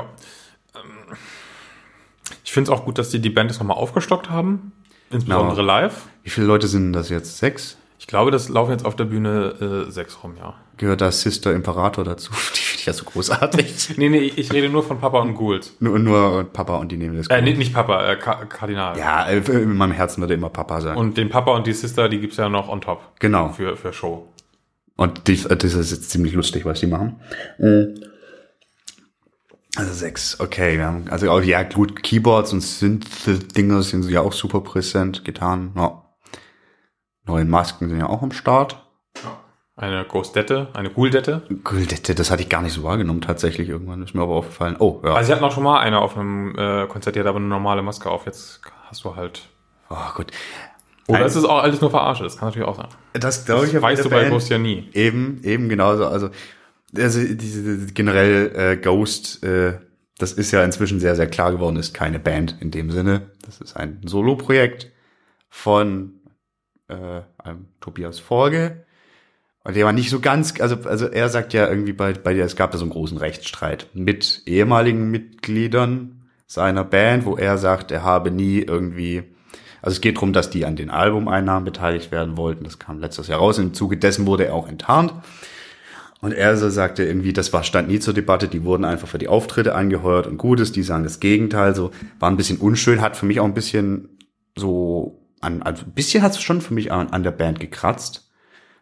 Ich finde es auch gut, dass die die Band jetzt nochmal aufgestockt haben. Insbesondere no. live. Wie viele Leute sind das jetzt? Sechs? Ich glaube, das laufen jetzt auf der Bühne äh, sechs rum, ja. Gehört da Sister Imperator dazu? Die finde ich ja so großartig. nee, nee, ich rede nur von Papa und Gould. Nur, nur Papa und die nehmen das Äh, nee, nicht Papa, äh, Ka- Kardinal. Ja, in meinem Herzen würde immer Papa sein. Und den Papa und die Sister, die gibt's ja noch on top. Genau. Für, für Show. Und die, das ist jetzt ziemlich lustig, was die machen. Also sechs, okay. Wir haben, also auch, ja, gut, Keyboards und Synth-Dinger sind ja auch super präsent. Gitarren, ja. Neue Masken sind ja auch am Start. Eine Ghostette, eine Gouldette. Gouldette, das hatte ich gar nicht so wahrgenommen tatsächlich. Irgendwann ist mir aber aufgefallen. Oh, ja. Also sie hatten auch schon mal eine auf einem äh, Konzert, die hat aber eine normale Maske auf. Jetzt hast du halt... Oh, gut. Oder Ein, ist es auch alles nur Verarsche? Das kann natürlich auch sein. Das glaube ich. Das weißt du bei Ghost ja nie. Eben, eben genauso. Also, also diese generell äh, Ghost, äh, das ist ja inzwischen sehr, sehr klar geworden, ist keine Band in dem Sinne. Das ist ein Solo-Projekt von äh, einem Tobias Forge. Und der war nicht so ganz, also also er sagt ja irgendwie bei bei dir, es gab da so einen großen Rechtsstreit mit ehemaligen Mitgliedern seiner Band, wo er sagt, er habe nie irgendwie, also es geht darum, dass die an den Albumeinnahmen beteiligt werden wollten. Das kam letztes Jahr raus. Im Zuge dessen wurde er auch enttarnt. Und er so sagte irgendwie, das war stand nie zur Debatte. Die wurden einfach für die Auftritte angeheuert und Gutes. Die sagen das Gegenteil. So war ein bisschen unschön, hat für mich auch ein bisschen so an, also ein bisschen hat es schon für mich an, an der Band gekratzt.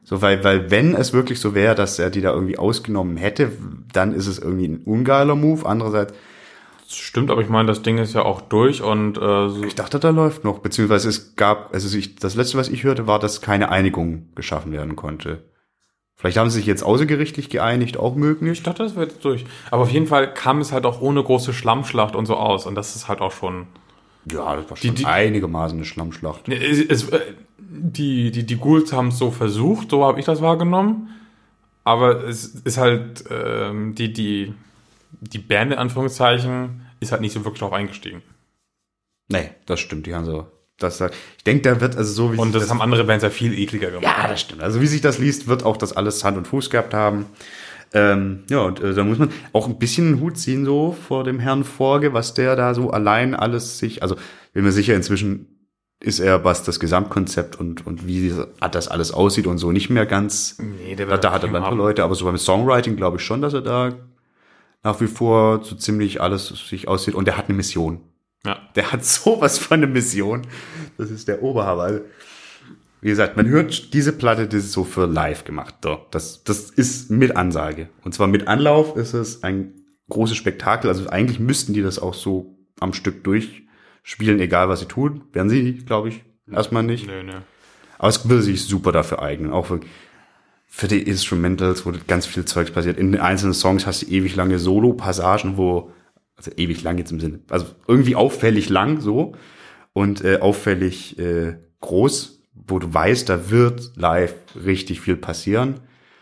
So, weil, weil wenn es wirklich so wäre, dass er die da irgendwie ausgenommen hätte, dann ist es irgendwie ein ungeiler Move. Andererseits, Das stimmt, aber ich meine, das Ding ist ja auch durch und äh, so. ich dachte, da läuft noch, beziehungsweise es gab, also ich, das letzte, was ich hörte, war, dass keine Einigung geschaffen werden konnte. Vielleicht haben sie sich jetzt außergerichtlich geeinigt, auch möglich. Ich dachte, das wäre jetzt durch. Aber auf jeden Fall kam es halt auch ohne große Schlammschlacht und so aus. Und das ist halt auch schon... Ja, das war schon Die- die- einigermaßen eine Schlammschlacht. Es, es, äh, die, die, die Ghouls haben es so versucht, so habe ich das wahrgenommen. Aber es ist halt, ähm, die, die, die Band in Anführungszeichen ist halt nicht so wirklich drauf eingestiegen. Nee, das stimmt, die haben so... Das, ich denke, da wird, also so wie Und sich das, haben andere Bands ja viel ekliger gemacht. Ja, das stimmt. Also wie sich das liest, wird auch das alles Hand und Fuß gehabt haben. Ähm, ja, und äh, da muss man auch ein bisschen einen Hut ziehen so vor dem Herrn Forge, was der da so allein alles sich, also bin mir sicher, inzwischen ist er, was das Gesamtkonzept und und wie das alles aussieht und so nicht mehr ganz, Nee, der da, wird da hat er andere Leute, aber so beim Songwriting glaube ich schon, dass er da nach wie vor so ziemlich alles sich aussieht und er hat eine Mission. Ja. Der hat sowas von eine Mission. Das ist der Oberhammer. Also, wie gesagt, man hört diese Platte, das ist so für live gemacht. So, das, das ist mit Ansage. Und zwar mit Anlauf ist es ein großes Spektakel. Also eigentlich müssten die das auch so am Stück durchspielen, egal was sie tun. Werden sie, glaube ich, erstmal nicht. Nö, nö. Aber es würde sich super dafür eignen. Auch für, für die Instrumentals, wo ganz viel Zeugs passiert. In den einzelnen Songs hast du ewig lange Solo-Passagen, wo also ewig lang jetzt im Sinne, also irgendwie auffällig lang so und äh, auffällig äh, groß, wo du weißt, da wird live richtig viel passieren.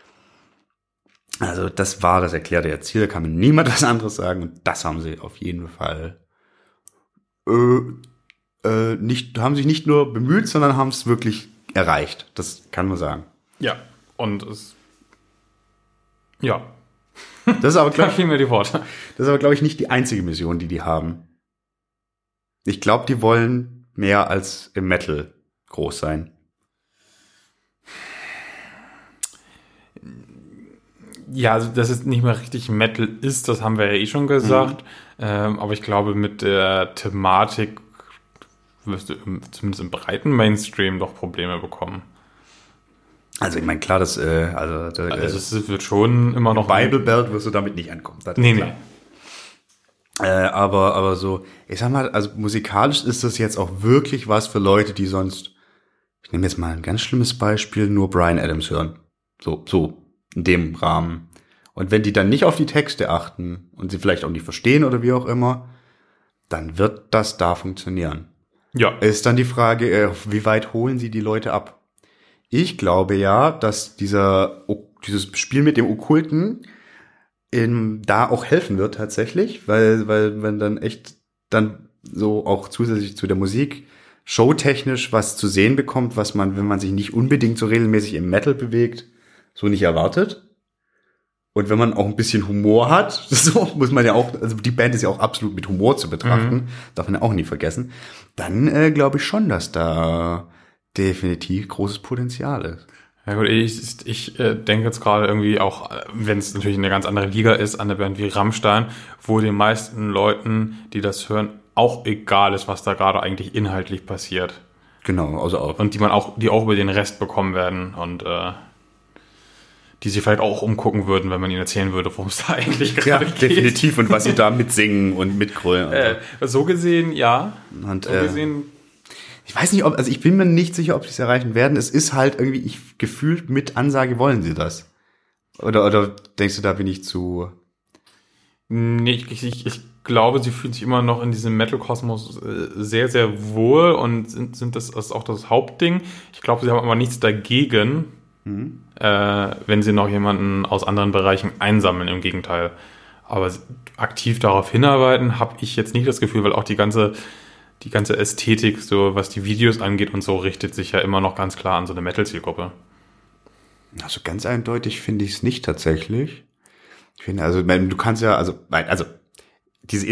Also das war das erklärte ja Ziel, da kann mir niemand was anderes sagen und das haben sie auf jeden Fall äh, äh, nicht, haben sich nicht nur bemüht, sondern haben es wirklich erreicht. Das kann man sagen. Ja, und es... Ja, Das ist aber, da glaube fehlen mir die Worte. Das ist aber, glaube ich, nicht die einzige Mission, die die haben. Ich glaube, die wollen mehr als im Metal groß sein. Ja, also dass es nicht mehr richtig Metal ist, das haben wir ja eh schon gesagt. Mhm. Ähm, aber ich glaube, mit der Thematik wirst du im, zumindest im breiten Mainstream doch Probleme bekommen. Also ich meine, klar, das, äh, also, der, Also es wird schon immer noch... Bible Belt wirst du damit nicht ankommen. Das Nee, ist nee. klar. Äh, aber, aber so, ich sag mal, also musikalisch ist das jetzt auch wirklich was für Leute, die sonst, ich nehme jetzt mal ein ganz schlimmes Beispiel, nur Bryan Adams hören. So, so, in dem Rahmen. Und wenn die dann nicht auf die Texte achten und sie vielleicht auch nicht verstehen oder wie auch immer, dann wird das da funktionieren. Ja. Ist dann die Frage, äh, wie weit holen sie die Leute ab? Ich glaube ja, dass dieser dieses Spiel mit dem Okkulten in, da auch helfen wird tatsächlich, weil weil wenn dann echt dann so auch zusätzlich zu der Musik showtechnisch was zu sehen bekommt, was man, wenn man sich nicht unbedingt so regelmäßig im Metal bewegt, so nicht erwartet. Und wenn man auch ein bisschen Humor hat, so muss man ja auch, also die Band ist ja auch absolut mit Humor zu betrachten, mhm. darf man ja auch nie vergessen, dann äh, glaube ich schon, dass da definitiv großes Potenzial ist. Ja gut, ich, ich äh, denke jetzt gerade irgendwie auch, wenn es natürlich eine ganz andere Liga ist, an eine Band wie Rammstein, wo den meisten Leuten, die das hören, auch egal ist, was da gerade eigentlich inhaltlich passiert. Genau, also auch. Und die man auch, die auch über den Rest bekommen werden und äh, die sich vielleicht auch umgucken würden, wenn man ihnen erzählen würde, worum es da eigentlich gerade ja, geht. Definitiv, und was sie da mitsingen und mitgrölen. Äh, so gesehen, ja. Und, so äh, gesehen, ich weiß nicht, ob, also ich bin mir nicht sicher, ob sie es erreichen werden. Es ist halt irgendwie, ich gefühlt mit Ansage wollen sie das. Oder, oder denkst du, da bin ich zu... nee, ich, ich, ich glaube, sie fühlen sich immer noch in diesem Metal-Kosmos äh, sehr, sehr wohl und sind, sind das, das ist auch das Hauptding. Ich glaube, sie haben aber nichts dagegen, mhm. äh, wenn sie noch jemanden aus anderen Bereichen einsammeln, im Gegenteil. Aber aktiv darauf hinarbeiten, habe ich jetzt nicht das Gefühl, weil auch die ganze... Die ganze Ästhetik, so was die Videos angeht und so, richtet sich ja immer noch ganz klar an so eine Metal-Zielgruppe. Also ganz eindeutig finde ich es nicht tatsächlich. Ich finde, also du kannst ja, also, also diese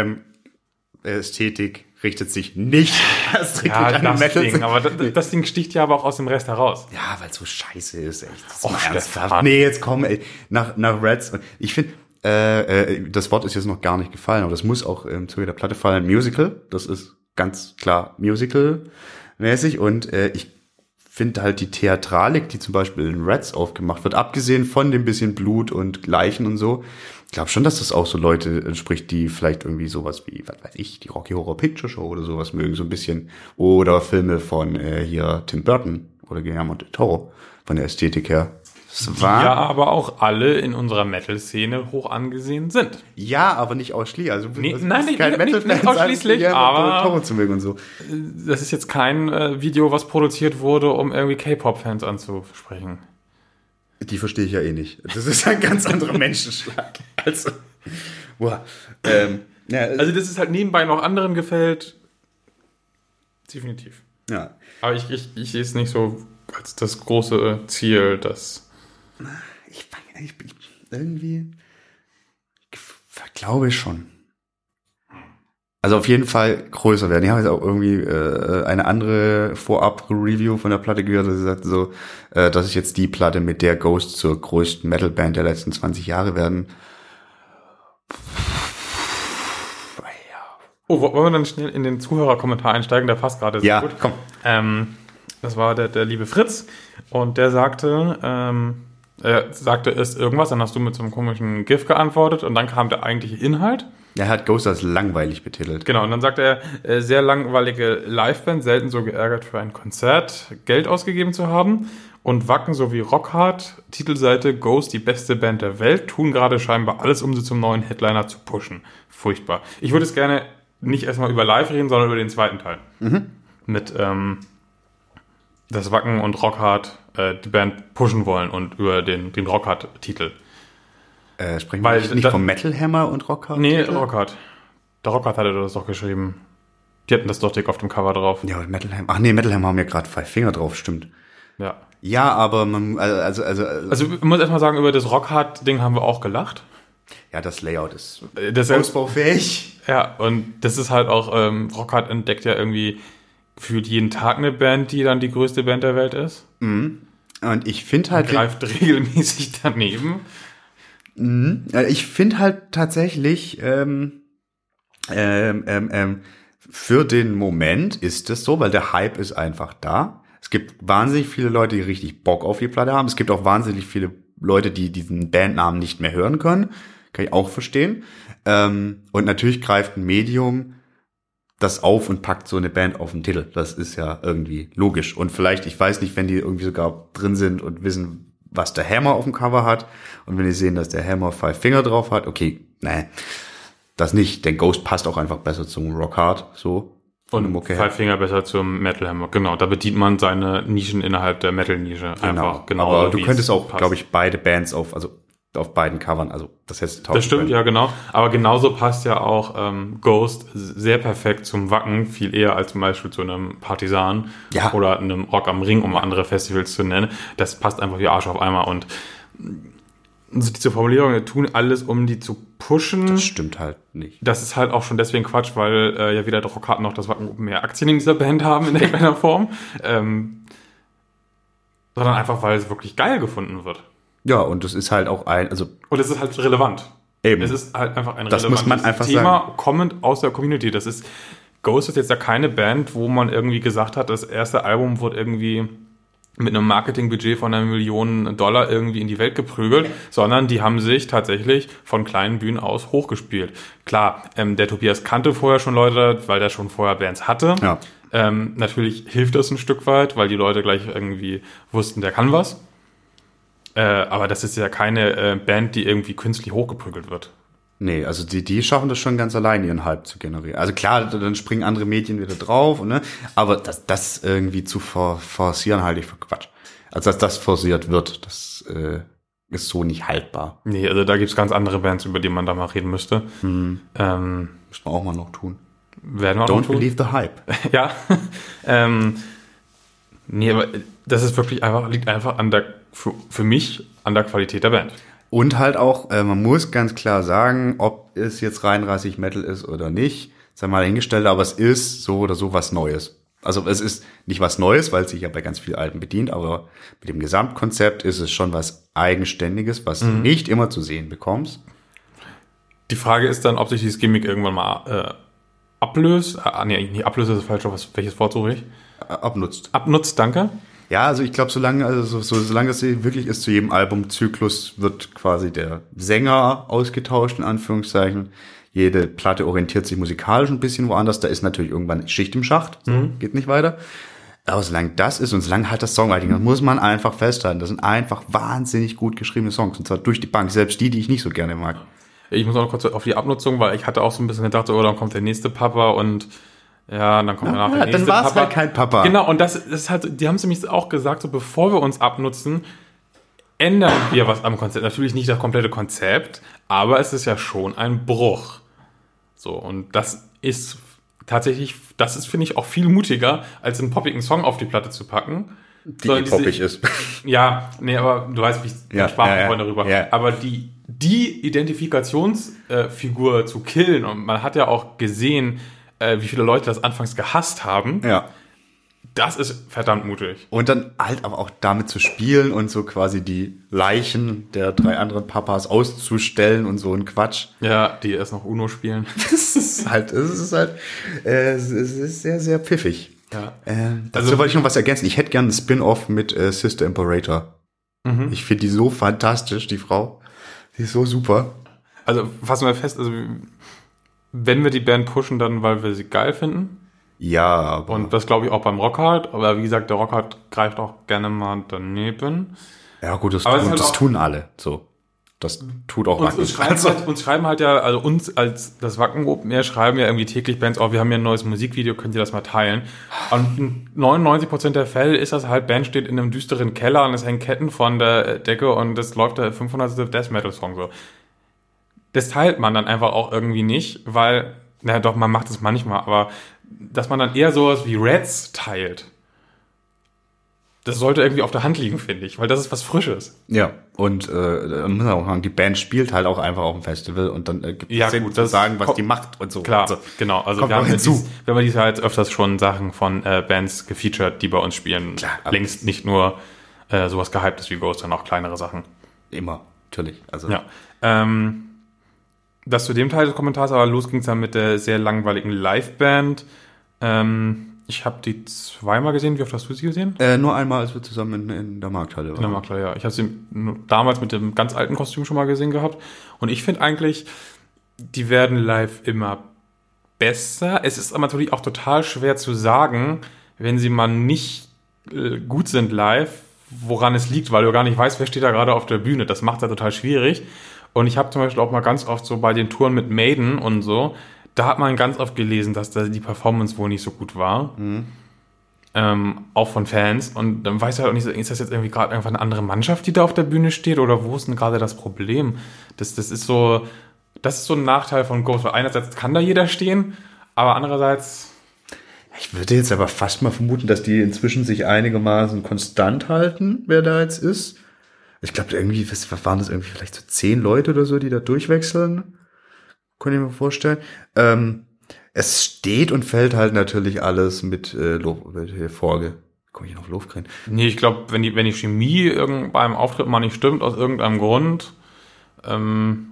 Instagram-Ästhetik richtet sich nicht erst ja, an das Metal. Ding, aber das, das Ding sticht ja aber auch aus dem Rest heraus. Ja, weil es so scheiße ist, echt. Das ist Och, mal Stefan. ernsthaft. Nee, jetzt komm, ey, nach, nach Reds. Ich finde, äh, äh, das Wort ist jetzt noch gar nicht gefallen, aber das muss auch im Zuge der Platte fallen. Musical, das ist ganz klar Musical-mäßig und äh, ich finde halt die Theatralik, die zum Beispiel in Reds aufgemacht wird, abgesehen von dem bisschen Blut und Leichen und so, ich glaube schon, dass das auch so Leute entspricht, die vielleicht irgendwie sowas wie, was weiß ich, die Rocky Horror Picture Show oder sowas mögen, so ein bisschen. Oder Filme von äh, hier Tim Burton oder Guillermo del Toro, von der Ästhetik her. Die ja aber auch alle in unserer Metal-Szene hoch angesehen sind. Ja, aber nicht ausschließlich. Also, nee, also nein, nicht, kein nicht, nicht, nicht ausschließlich, sagen, aber Toro zu mögen und so. Das ist jetzt kein äh, Video, was produziert wurde, um irgendwie K-Pop-Fans anzusprechen. Die verstehe ich ja eh nicht. Das ist ein ganz anderer Menschenschlag. Also, boah. Ähm, ja, also, dass es halt nebenbei noch anderen gefällt, definitiv. Ja. Aber ich, ich, ich sehe es nicht so als das große Ziel, dass Ich, ich, ich irgendwie ich glaube schon. Also auf jeden Fall größer werden. Ich habe jetzt auch irgendwie äh, eine andere Vorab-Review von der Platte gehört, dass sie sagt so, äh, das ist jetzt die Platte, mit der Ghost zur größten Metal-Band der letzten zwanzig Jahre werden. Oh, wollen wir dann schnell in den Zuhörerkommentar einsteigen? Der passt gerade sehr ja, gut. Ja, komm. Ähm, das war der, der liebe Fritz und der sagte, ähm, er sagte erst irgendwas, dann hast du mit so einem komischen GIF geantwortet und dann kam der eigentliche Inhalt. Er hat Ghost als langweilig betitelt. Genau, und dann sagte er, äh, sehr langweilige Liveband, selten so geärgert für ein Konzert, Geld ausgegeben zu haben. Und Wacken sowie Rockhard, Titelseite Ghost, die beste Band der Welt, tun gerade scheinbar alles, um sie zum neuen Headliner zu pushen. Furchtbar. Ich würde es gerne nicht erstmal über Live reden, sondern über den zweiten Teil. Mhm. Mit, ähm, dass Wacken und Rockhard äh, die Band pushen wollen und über den, den Rockhard-Titel. Äh, sprechen Weil wir nicht da, vom Metal Hammer und Rockhard? Nee, Rockhard. Der Rockhard hatte das doch geschrieben. Die hatten das doch dick auf dem Cover drauf. Ja, Metal Hammer. Ach nee, Metal Hammer haben ja gerade Five Finger drauf, stimmt. Ja. Ja, aber man, also, also, also, also ich muss erstmal sagen, über das Rockhard-Ding haben wir auch gelacht. Ja, das Layout ist das ausbaufähig. Ja, und das ist halt auch, ähm, Rockhard entdeckt ja irgendwie gefühlt jeden Tag eine Band, die dann die größte Band der Welt ist. Mhm. Und ich finde halt... Und greift regelmäßig daneben. Mhm. Ich finde halt tatsächlich, ähm, ähm, ähm, ähm, für den Moment ist es so, weil der Hype ist einfach da. Es gibt wahnsinnig viele Leute, die richtig Bock auf die Platte haben. Es gibt auch wahnsinnig viele Leute, die diesen Bandnamen nicht mehr hören können. Kann ich auch verstehen. Ähm, und natürlich greift ein Medium das auf und packt so eine Band auf den Titel. Das ist ja irgendwie logisch. Und vielleicht, ich weiß nicht, wenn die irgendwie sogar drin sind und wissen, was der Hammer auf dem Cover hat. Und wenn die sehen, dass der Hammer Five Finger drauf hat, okay, nee, das nicht. Denn Ghost passt auch einfach besser zum Rockhard, so. Und okay. Five Finger besser zum Metal Hammer. Genau, da bedient man seine Nischen innerhalb der Metal-Nische. Genau. Einfach genau. Aber du könntest auch, glaube ich, beide Bands auf, also auf beiden Covern, also das hättest du Das stimmt, können. Ja, genau. Aber genauso passt ja auch ähm, Ghost sehr perfekt zum Wacken, viel eher als zum Beispiel zu einem Partisan ja. oder einem Rock am Ring, um andere Festivals zu nennen. Das passt einfach wie Arsch auf Eimer. Und also diese Formulierung, wir tun alles, um die zu pushen. Das stimmt halt nicht. Das ist halt auch schon deswegen Quatsch, weil äh, ja weder der Rockhard noch das Wacken mehr Aktien in dieser Band haben in irgendeiner Form. Ähm, sondern einfach, weil es wirklich geil gefunden wird. Ja, und das ist halt auch ein, also. Und es ist halt relevant. Eben. Es ist halt einfach ein das relevantes muss man einfach Thema, sagen. kommend aus der Community. Das ist, Ghost ist jetzt ja keine Band, wo man irgendwie gesagt hat, das erste Album wird irgendwie mit einem Marketingbudget von einer Million Dollar irgendwie in die Welt geprügelt, sondern die haben sich tatsächlich von kleinen Bühnen aus hochgespielt. Klar, ähm, der Tobias kannte vorher schon Leute, weil der schon vorher Bands hatte. Ja. Ähm, natürlich hilft das ein Stück weit, weil die Leute gleich irgendwie wussten, der kann was. Äh, aber das ist ja keine äh, Band, die irgendwie künstlich hochgeprügelt wird. Nee, also die, die schaffen das schon ganz allein, ihren Hype zu generieren. Also klar, dann springen andere Medien wieder drauf, ne? Aber das, das irgendwie zu for, forcieren, halte ich für Quatsch. Also dass das forciert wird, das äh, ist so nicht haltbar. Nee, also da gibt's ganz andere Bands, über die man da mal reden müsste. Mhm. Ähm, Müssen wir auch mal noch tun. Werden wir Don't noch tun? believe the hype. Ja. ähm, nee, aber das ist wirklich einfach, liegt einfach an der, für, für mich, an der Qualität der Band. Und halt auch, äh, man muss ganz klar sagen, ob es jetzt reinrassig Metal ist oder nicht, sei mal dahingestellt, aber es ist so oder so was Neues. Also es ist nicht was Neues, weil es sich ja bei ganz vielen Alten bedient, aber mit dem Gesamtkonzept ist es schon was Eigenständiges, was mhm. du nicht immer zu sehen bekommst. Die Frage ist dann, ob sich dieses Gimmick irgendwann mal äh, ablöst. Ah, nee, nicht ablöst ist das falsch, was, welches Wort suche ich? Abnutzt. Abnutzt, danke. Ja, also ich glaube, solange, also so, so, solange das wirklich ist, zu jedem Albumzyklus wird quasi der Sänger ausgetauscht, in Anführungszeichen. Jede Platte orientiert sich musikalisch ein bisschen woanders. Da ist natürlich irgendwann Schicht im Schacht, so, mhm. geht nicht weiter. Aber solange das ist und solange halt das Songwriting, das muss man einfach festhalten. Das sind einfach wahnsinnig gut geschriebene Songs. Und zwar durch die Bank, selbst die, die ich nicht so gerne mag. Ich muss auch noch kurz auf die Abnutzung, weil ich hatte auch so ein bisschen gedacht, oh, dann kommt der nächste Papa und ja, dann kommt danach ja, der nächste dann war's Papa. Halt kein Papa. Genau, und das, das ist halt, die haben es nämlich auch gesagt, so bevor wir uns abnutzen, ändern wir was am Konzept. Natürlich nicht das komplette Konzept, aber es ist ja schon ein Bruch. So, und das ist tatsächlich, das ist, finde ich, auch viel mutiger, als einen poppigen Song auf die Platte zu packen. Die eh poppig ist. Ja, nee, aber du weißt, wie ich ja, sprach ja, vorhin darüber. Ja. Aber die, die Identifikationsfigur äh, zu killen, und man hat ja auch gesehen, äh, wie viele Leute das anfangs gehasst haben. Ja. Das ist verdammt mutig. Und dann halt aber auch damit zu spielen und so quasi die Leichen der drei anderen Papas auszustellen und so ein Quatsch. Ja, die erst noch Uno spielen. Das ist halt, es ist halt, äh, es ist sehr, sehr pfiffig. Ja. Äh, dazu also, wollte ich noch was ergänzen. Ich hätte gerne ein Spin-off mit äh, Sister Imperator. Mhm. Ich finde die so fantastisch, die Frau. Die ist so super. Also fassen wir fest, also wenn wir die Band pushen, dann weil wir sie geil finden. Ja, aber... Und das glaube ich auch beim Rockhard. Aber wie gesagt, der Rockhard greift auch gerne mal daneben. Ja gut, das, tun, halt das tun alle. So, das tut auch uns, uns, schreiben also. halt, uns schreiben halt ja, also uns als das Wacken-Group, wir schreiben ja irgendwie täglich Bands, oh, wir haben ja ein neues Musikvideo, könnt ihr das mal teilen? Und in neunundneunzig Prozent der Fälle ist das halt, Band steht in einem düsteren Keller und es hängen Ketten von der Decke und es läuft der fünfhundertste Death Metal Song so. Das teilt man dann einfach auch irgendwie nicht, weil, naja doch, man macht es manchmal, aber dass man dann eher sowas wie Reds teilt, das sollte irgendwie auf der Hand liegen, finde ich, weil das ist was Frisches. Ja, und äh, muss man auch sagen, die Band spielt halt auch einfach auf dem Festival und dann äh, gibt es ja, Sinn gut, zu das sagen, was kommt, die macht und so. Klar, also, genau. Also wir haben, dies, wir haben dies ja jetzt öfters schon Sachen von äh, Bands gefeatured, die bei uns spielen. Klar, längst nicht nur äh, sowas Gehyptes wie Ghost, sondern auch kleinere Sachen. Immer, natürlich. Also ja. Ähm, das zu dem Teil des Kommentars, aber los ging es dann mit der sehr langweiligen Liveband. Ähm, ich habe die zweimal gesehen. Wie oft hast du sie gesehen? Äh, nur einmal, als wir zusammen in, in der Markthalle waren. In der Markthalle, ja. Ich habe sie damals mit dem ganz alten Kostüm schon mal gesehen gehabt. Und ich finde eigentlich, die werden live immer besser. Es ist aber natürlich auch total schwer zu sagen, wenn sie mal nicht äh, gut sind live, woran es liegt, weil du gar nicht weißt, wer steht da gerade auf der Bühne. Das macht es total schwierig. Und ich habe zum Beispiel auch mal ganz oft so bei den Touren mit Maiden und so, da hat man ganz oft gelesen, dass da die Performance wohl nicht so gut war. Mhm. Ähm, auch von Fans. Und dann weiß ich halt auch nicht, ist das jetzt irgendwie gerade einfach eine andere Mannschaft, die da auf der Bühne steht? Oder wo ist denn gerade das Problem? Das, das ist so, das ist so ein Nachteil von Ghost. Weil einerseits kann da jeder stehen, aber andererseits... Ich würde jetzt aber fast mal vermuten, dass die inzwischen sich einigermaßen konstant halten, wer da jetzt ist. Ich glaube, irgendwie, was waren das irgendwie vielleicht so zehn Leute oder so, die da durchwechseln? Könnte ich mir vorstellen. Ähm, es steht und fällt halt natürlich alles mit, äh, Lob, mit Folge. Komme ich noch auf Lofgren? Nee, ich glaube, wenn die, wenn die Chemie irgend, beim Auftritt mal nicht stimmt, aus irgendeinem Grund. Ähm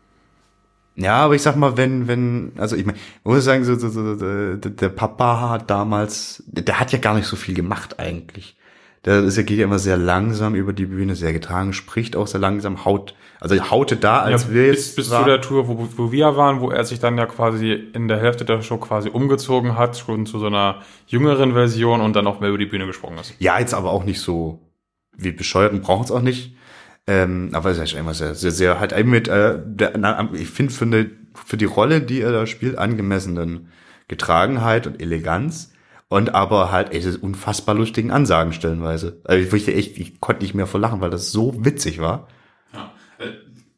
ja, aber ich sag mal, wenn, wenn, also ich meine, ich muss sagen, so, so, so, der, der Papa hat damals, der hat ja gar nicht so viel gemacht eigentlich. Der ist, er geht ja immer sehr langsam über die Bühne, sehr getragen, spricht auch sehr langsam, haut, also haute da, als ja, wir bis, jetzt bis zu der Tour, wo, wo wir waren, wo er sich dann ja quasi in der Hälfte der Show quasi umgezogen hat, schon zu so einer jüngeren Version und dann auch mehr über die Bühne gesprungen ist. Ja, jetzt aber auch nicht so wie bescheuert und brauchen es auch nicht. Ähm, aber es ist ja immer sehr, sehr, sehr halt eben mit, äh, der, na, ich finde für eine, für die Rolle, die er da spielt, angemessenen Getragenheit und Eleganz. Und aber halt, ey, es ist unfassbar lustigen Ansagen stellenweise. Also ich, echt, ich konnte nicht mehr vor lachen, weil das so witzig war. Ja. Äh.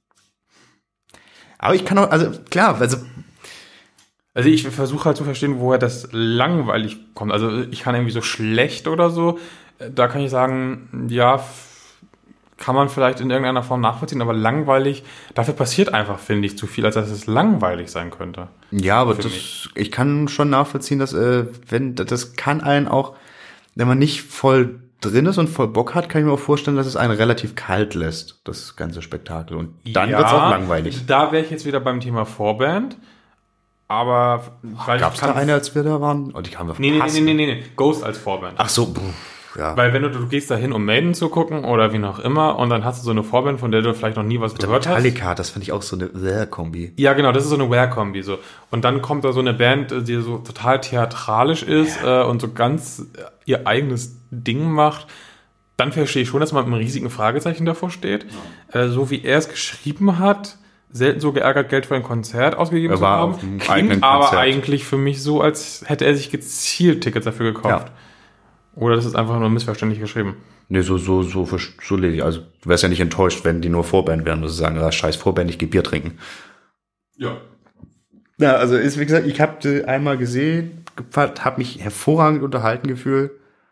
Aber ich kann auch, also klar, also Also ich versuche halt zu verstehen, woher das langweilig kommt. Also ich kann irgendwie so schlecht oder so, da kann ich sagen, ja, kann man vielleicht in irgendeiner Form nachvollziehen, aber langweilig, dafür passiert einfach, finde ich, zu viel, als dass es langweilig sein könnte. Ja, aber das, ich. ich kann schon nachvollziehen, dass, äh, wenn, das kann einen auch, wenn man nicht voll drin ist und voll Bock hat, kann ich mir auch vorstellen, dass es einen relativ kalt lässt, das ganze Spektakel. Und dann ja, wird's auch langweilig. Da wäre ich jetzt wieder beim Thema Vorband, aber... Gab es da eine, als wir da waren? Oh, die kamen wir nee, nee, nee, nee, nee, nee, Ghost als Vorband. Ach so, ja. Weil wenn du, du gehst da hin, um Maiden zu gucken oder wie noch immer und dann hast du so eine Vorband, von der du vielleicht noch nie was gehört hast. Metallica, das fand ich auch so eine Wehr-Kombi. Ja, genau, das ist so eine Wehr-Kombi. So. Und dann kommt da so eine Band, die so total theatralisch ist ja. äh, und so ganz ihr eigenes Ding macht. Dann verstehe ich schon, dass man mit einem riesigen Fragezeichen davor steht. Ja. Äh, so wie er es geschrieben hat, selten so geärgert, Geld für ein Konzert ausgegeben er zu haben. Klingt aber eigentlich für mich so, als hätte er sich gezielt Tickets dafür gekauft. Ja. Oder das ist einfach nur missverständlich geschrieben. Nee, so, so, so, so lese ich. Also, du wärst ja nicht enttäuscht, wenn die nur Vorband wären, dass sie sagen, ah, scheiß Vorband, ich geh Bier trinken. Ja. Ja, also, ist, wie gesagt, ich habe die einmal gesehen, habe mich hervorragend unterhalten gefühlt.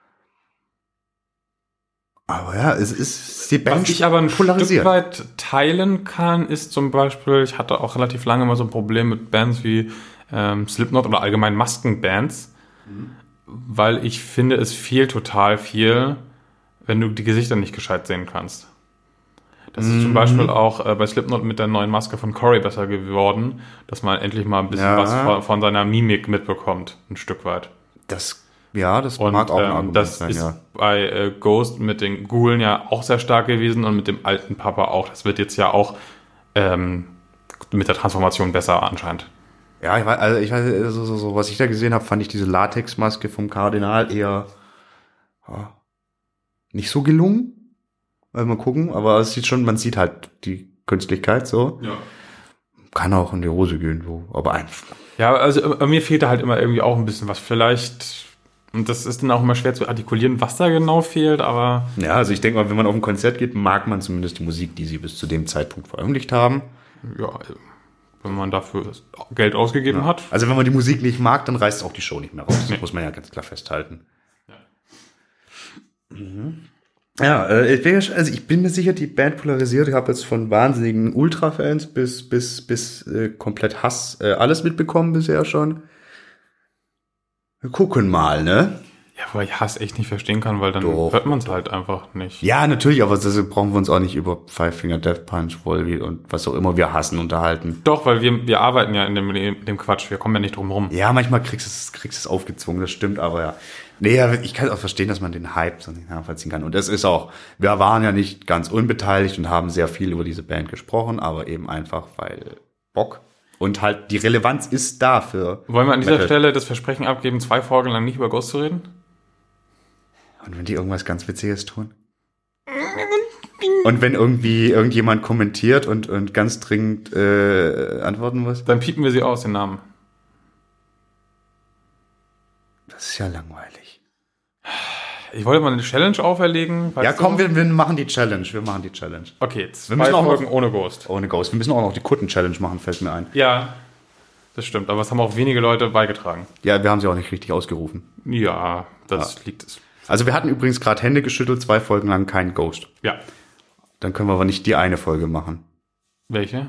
Aber ja, es ist die Band. Was ich aber ein Stück weit teilen kann, ist zum Beispiel, ich hatte auch relativ lange immer so ein Problem mit Bands wie ähm, Slipknot oder allgemein Maskenbands, mhm. weil ich finde, es fehlt total viel, wenn du die Gesichter nicht gescheit sehen kannst. Das mhm. ist zum Beispiel auch äh, bei Slipknot mit der neuen Maske von Corey besser geworden, dass man endlich mal ein bisschen ja. was von, von seiner Mimik mitbekommt, ein Stück weit. Das Ja, das und, mag auch ein ähm, Argument das sein, ist ja. bei äh, Ghost mit den Ghoulen ja auch sehr stark gewesen und mit dem alten Papa auch. Das wird jetzt ja auch ähm, mit der Transformation besser anscheinend. Ja, ich weiß, also ich weiß, so, so, so, was ich da gesehen habe, fand ich diese Latexmaske vom Kardinal eher ja, nicht so gelungen. Also mal gucken, aber es sieht schon, man sieht halt die Künstlichkeit so. Ja. Kann auch in die Hose gehen, so, aber einfach. Ja, also äh, mir fehlt da halt immer irgendwie auch ein bisschen was. Vielleicht, und das ist dann auch immer schwer zu artikulieren, was da genau fehlt, aber... Ja, also ich denke mal, wenn man auf ein Konzert geht, mag man zumindest die Musik, die sie bis zu dem Zeitpunkt veröffentlicht haben. Ja, wenn man dafür Geld ausgegeben ja. hat. Also wenn man die Musik nicht mag, dann reißt auch die Show nicht mehr raus. Nee. Das muss man ja ganz klar festhalten. Ja, mhm. ja äh, ich bin, also ich bin mir sicher, die Band polarisiert. Ich habe jetzt von wahnsinnigen Ultra-Fans bis, bis, bis äh, komplett Hass äh, alles mitbekommen bisher schon. Wir gucken mal, ne? Ja, weil ich Hass echt nicht verstehen kann, weil dann Doch. hört man es halt einfach nicht. Ja, natürlich, aber das brauchen wir uns auch nicht über Five Finger Death Punch, Volbeat und was auch immer wir hassen unterhalten. Doch, weil wir, wir arbeiten ja in dem, in dem Quatsch, wir kommen ja nicht drum rum. Ja, manchmal kriegst du es, kriegst du es aufgezwungen, das stimmt, aber ja. Nee, ja, ich kann auch verstehen, dass man den Hype so nicht nachvollziehen kann. Und das ist auch, wir waren ja nicht ganz unbeteiligt und haben sehr viel über diese Band gesprochen, aber eben einfach, weil Bock. Und halt die Relevanz ist da für Wollen wir an dieser Metal. Stelle das Versprechen abgeben, zwei Folgen lang nicht über Ghost zu reden? Und wenn die irgendwas ganz Witziges tun? Und wenn irgendwie irgendjemand kommentiert und, und ganz dringend äh, antworten muss? Dann piepen wir sie aus, den Namen. Das ist ja langweilig. Ich wollte mal eine Challenge auferlegen. Ja, komm, wir, wir machen die Challenge. Wir machen die Challenge. Okay, zwei wir müssen auch Folgen noch, ohne Ghost. Ohne Ghost. Wir müssen auch noch die Kutten-Challenge machen, fällt mir ein. Ja, das stimmt. Aber es haben auch wenige Leute beigetragen. Ja, wir haben sie auch nicht richtig ausgerufen. Ja, das ja. liegt es. Also wir hatten übrigens gerade Hände geschüttelt, zwei Folgen lang kein Ghost. Ja. Dann können wir aber nicht die eine Folge machen. Welche?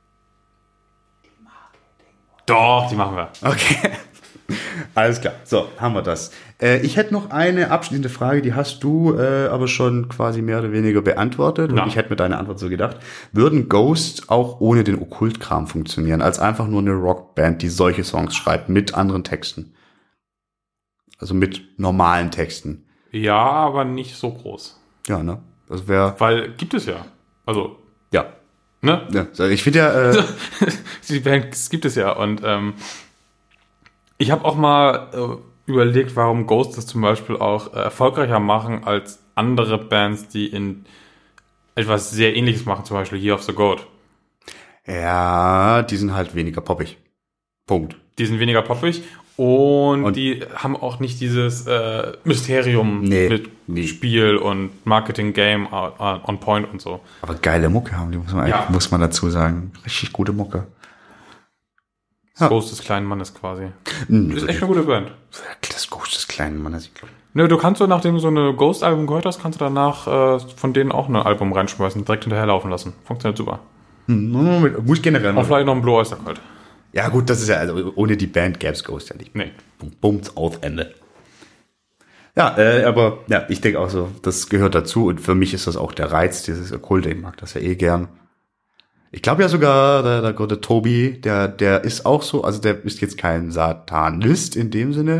Doch, die machen wir. Okay. Alles klar. So, haben wir das. Äh, ich hätte noch eine abschließende Frage, die hast du äh, aber schon quasi mehr oder weniger beantwortet. Na. Und ich hätte mir deine Antwort so gedacht. Würden Ghost auch ohne den Okkultkram funktionieren, als einfach nur eine Rockband, die solche Songs schreibt, mit anderen Texten? Also mit normalen Texten. Ja, aber nicht so groß. Ja, ne? Das wäre... Weil gibt es ja. Also, Ja. ne? ja ich finde ja... Äh, Die Band gibt es ja. Und ähm, ich habe auch mal äh, überlegt, warum Ghost das zum Beispiel auch äh, erfolgreicher machen als andere Bands, die in etwas sehr Ähnliches machen, zum Beispiel Year of the Goat. ja, die sind halt weniger poppig. Punkt. Die sind weniger poppig und, Und- die haben auch nicht dieses äh, Mysterium Nee, mit nee. Spiel und Marketing-Game on, on point und so. Aber geile Mucke haben die, muss man, Ja. muss man dazu sagen. Richtig gute Mucke. Das Ja. Ghost des kleinen Mannes quasi. Mhm, Das ist echt eine gute Band. Das Ghost des kleinen Mannes, ich glaube. Ne, du kannst so, nachdem du so eine Ghost-Album gehört hast, kannst du danach äh, von denen auch ein Album reinschmeißen, direkt hinterher laufen lassen. Funktioniert super. Hm, muss generell Und mal. vielleicht noch ein Blue Oyster Cult. Ja gut, das ist ja, also ohne die Band gäbe es Ghost ja nicht. Nee. Bums auf Ende. Ja, äh, aber ja, ich denke auch so, das gehört dazu und für mich ist das auch der Reiz, dieses Okkulte, ich mag das ja eh gern. Ich glaube ja sogar, der, der gute Tobi, der, der ist auch so, also der ist jetzt kein Satanist in dem Sinne,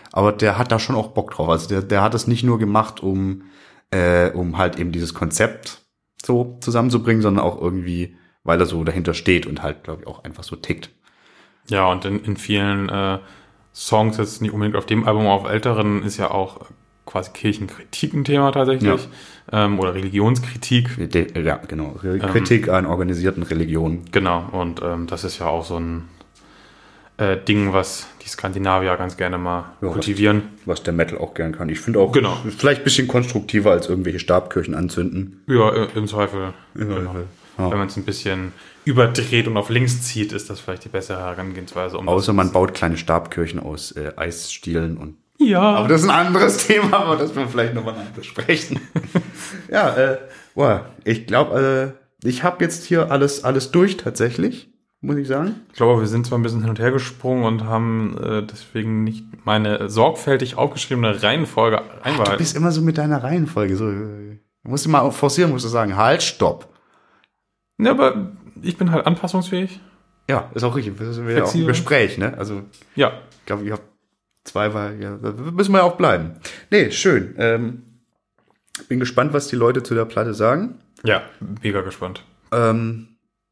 aber der hat da schon auch Bock drauf. Also der, der hat es nicht nur gemacht, um, äh, um halt eben dieses Konzept so zusammenzubringen, sondern auch irgendwie, weil er so dahinter steht und halt, glaube ich, auch einfach so tickt. Ja, und in, in vielen äh, Songs, jetzt nicht unbedingt auf dem Album, auf älteren, ist ja auch quasi Kirchenkritik ein Thema tatsächlich. Ja. Ähm, oder Religionskritik. Ja, genau. Kritik ähm, an organisierten Religionen. Genau, und ähm, das ist ja auch so ein äh, Ding, was die Skandinavier ganz gerne mal ja, kultivieren. Was, was der Metal auch gern kann. Ich finde auch, genau. vielleicht ein bisschen konstruktiver als irgendwelche Stabkirchen anzünden. Ja, im Zweifel. Im genau. Zweifel. Ja. Wenn man es ein bisschen überdreht und auf links zieht, ist das vielleicht die bessere Herangehensweise. Um Außer man baut kleine Stabkirchen aus äh, Eisstielen und ja. Aber das ist ein anderes Thema, aber das wir vielleicht nochmal besprechen. ja, äh, boah, ich glaube, äh, ich habe jetzt hier alles alles durch tatsächlich, muss ich sagen. Ich glaube, wir sind zwar ein bisschen hin und her gesprungen und haben äh, deswegen nicht meine sorgfältig aufgeschriebene Reihenfolge einbehalten. Ach, du bist immer so mit deiner Reihenfolge. So, äh, musst du mal forcieren, musst du sagen, halt, stopp. Ja, aber ich bin halt anpassungsfähig. Ja, ist auch richtig. Das ist ja auch ein Gespräch, ne? Also, ja. Ich glaube, ich habe zwei, weil ja, da müssen wir ja auch bleiben. Nee, schön. Ähm, bin gespannt, was die Leute zu der Platte sagen. Ja, mega gespannt. Ähm,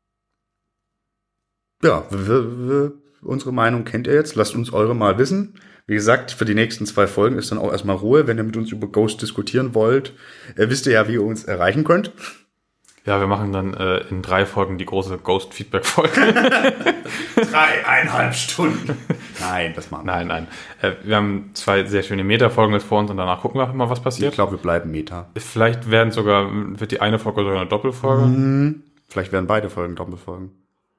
ja, wir, wir, unsere Meinung kennt ihr jetzt. Lasst uns eure mal wissen. Wie gesagt, für die nächsten zwei Folgen ist dann auch erstmal Ruhe. Wenn ihr mit uns über Ghost diskutieren wollt, äh, wisst ihr ja, wie ihr uns erreichen könnt. Ja, wir machen dann äh, in drei Folgen die große Ghost-Feedback-Folge. Dreieinhalb Stunden. Nein, das machen wir. Nein, nein. Äh, wir haben zwei sehr schöne Meta-Folgen jetzt vor uns und danach gucken wir einfach mal, was passiert. Ich glaube, wir bleiben Meta. Vielleicht werden sogar, wird die eine Folge sogar eine Doppelfolge. Mhm. Vielleicht werden beide Folgen Doppelfolgen.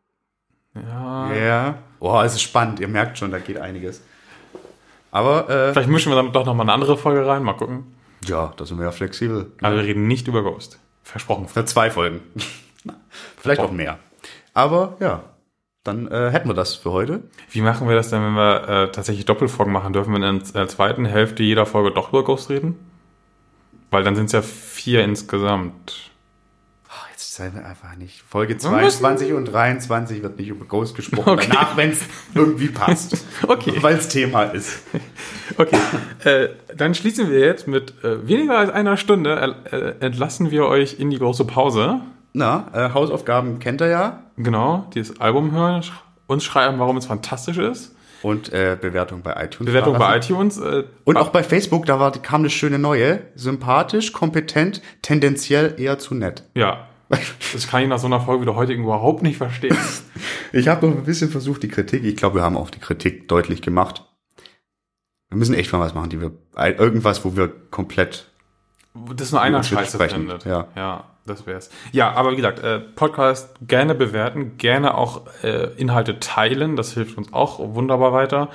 Ja. Ja. Oh, es ist spannend. Ihr merkt schon, da geht einiges. Aber, äh, vielleicht mischen wir dann doch nochmal eine andere Folge rein. Mal gucken. Ja, da sind wir ja flexibel. Aber wir reden nicht über Ghost. Versprochen. Für zwei Folgen. Vielleicht auch mehr. Aber ja, dann äh, hätten wir das für heute. Wie machen wir das denn, wenn wir äh, tatsächlich Doppelfolgen machen? Dürfen wir in der zweiten Hälfte jeder Folge doch über Ghost reden? Weil dann sind es ja vier insgesamt. Oh, jetzt seien wir einfach nicht. Folge zweiundzwanzig und dreiundzwanzig wird nicht über Ghost gesprochen. Okay. Danach, wenn es irgendwie passt. Okay. Weil es Thema ist. Okay, äh, dann schließen wir jetzt mit äh, weniger als einer Stunde, äh, entlassen wir euch in die große Pause. Na, äh, Hausaufgaben kennt ihr ja. Genau, dieses Album hören, sch- uns schreiben, warum es fantastisch ist. Und äh, Bewertung bei iTunes. Bewertung bei iTunes. Äh, Und auch bei Facebook, da war, kam eine schöne neue. Sympathisch, kompetent, tendenziell eher zu nett. Ja, das kann ich nach so einer Folge wie der heutigen überhaupt nicht verstehen. Ich habe noch ein bisschen versucht, die Kritik, ich glaube, wir haben auch die Kritik deutlich gemacht. Wir müssen echt mal was machen, die wir, irgendwas, wo wir komplett Das nur einer Scheiße findet. Ja. ja, das wär's. Ja, aber wie gesagt, äh, Podcast gerne bewerten, gerne auch äh, Inhalte teilen, das hilft uns auch wunderbar weiter.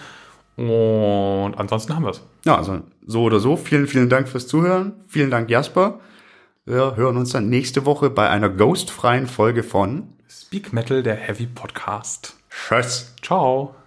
Und ansonsten haben wir's. Ja, also so oder so, vielen, vielen Dank fürs Zuhören. Vielen Dank, Jasper. Wir hören uns dann nächste Woche bei einer ghostfreien Folge von Speak Metal, der Heavy Podcast. Tschüss. Ciao.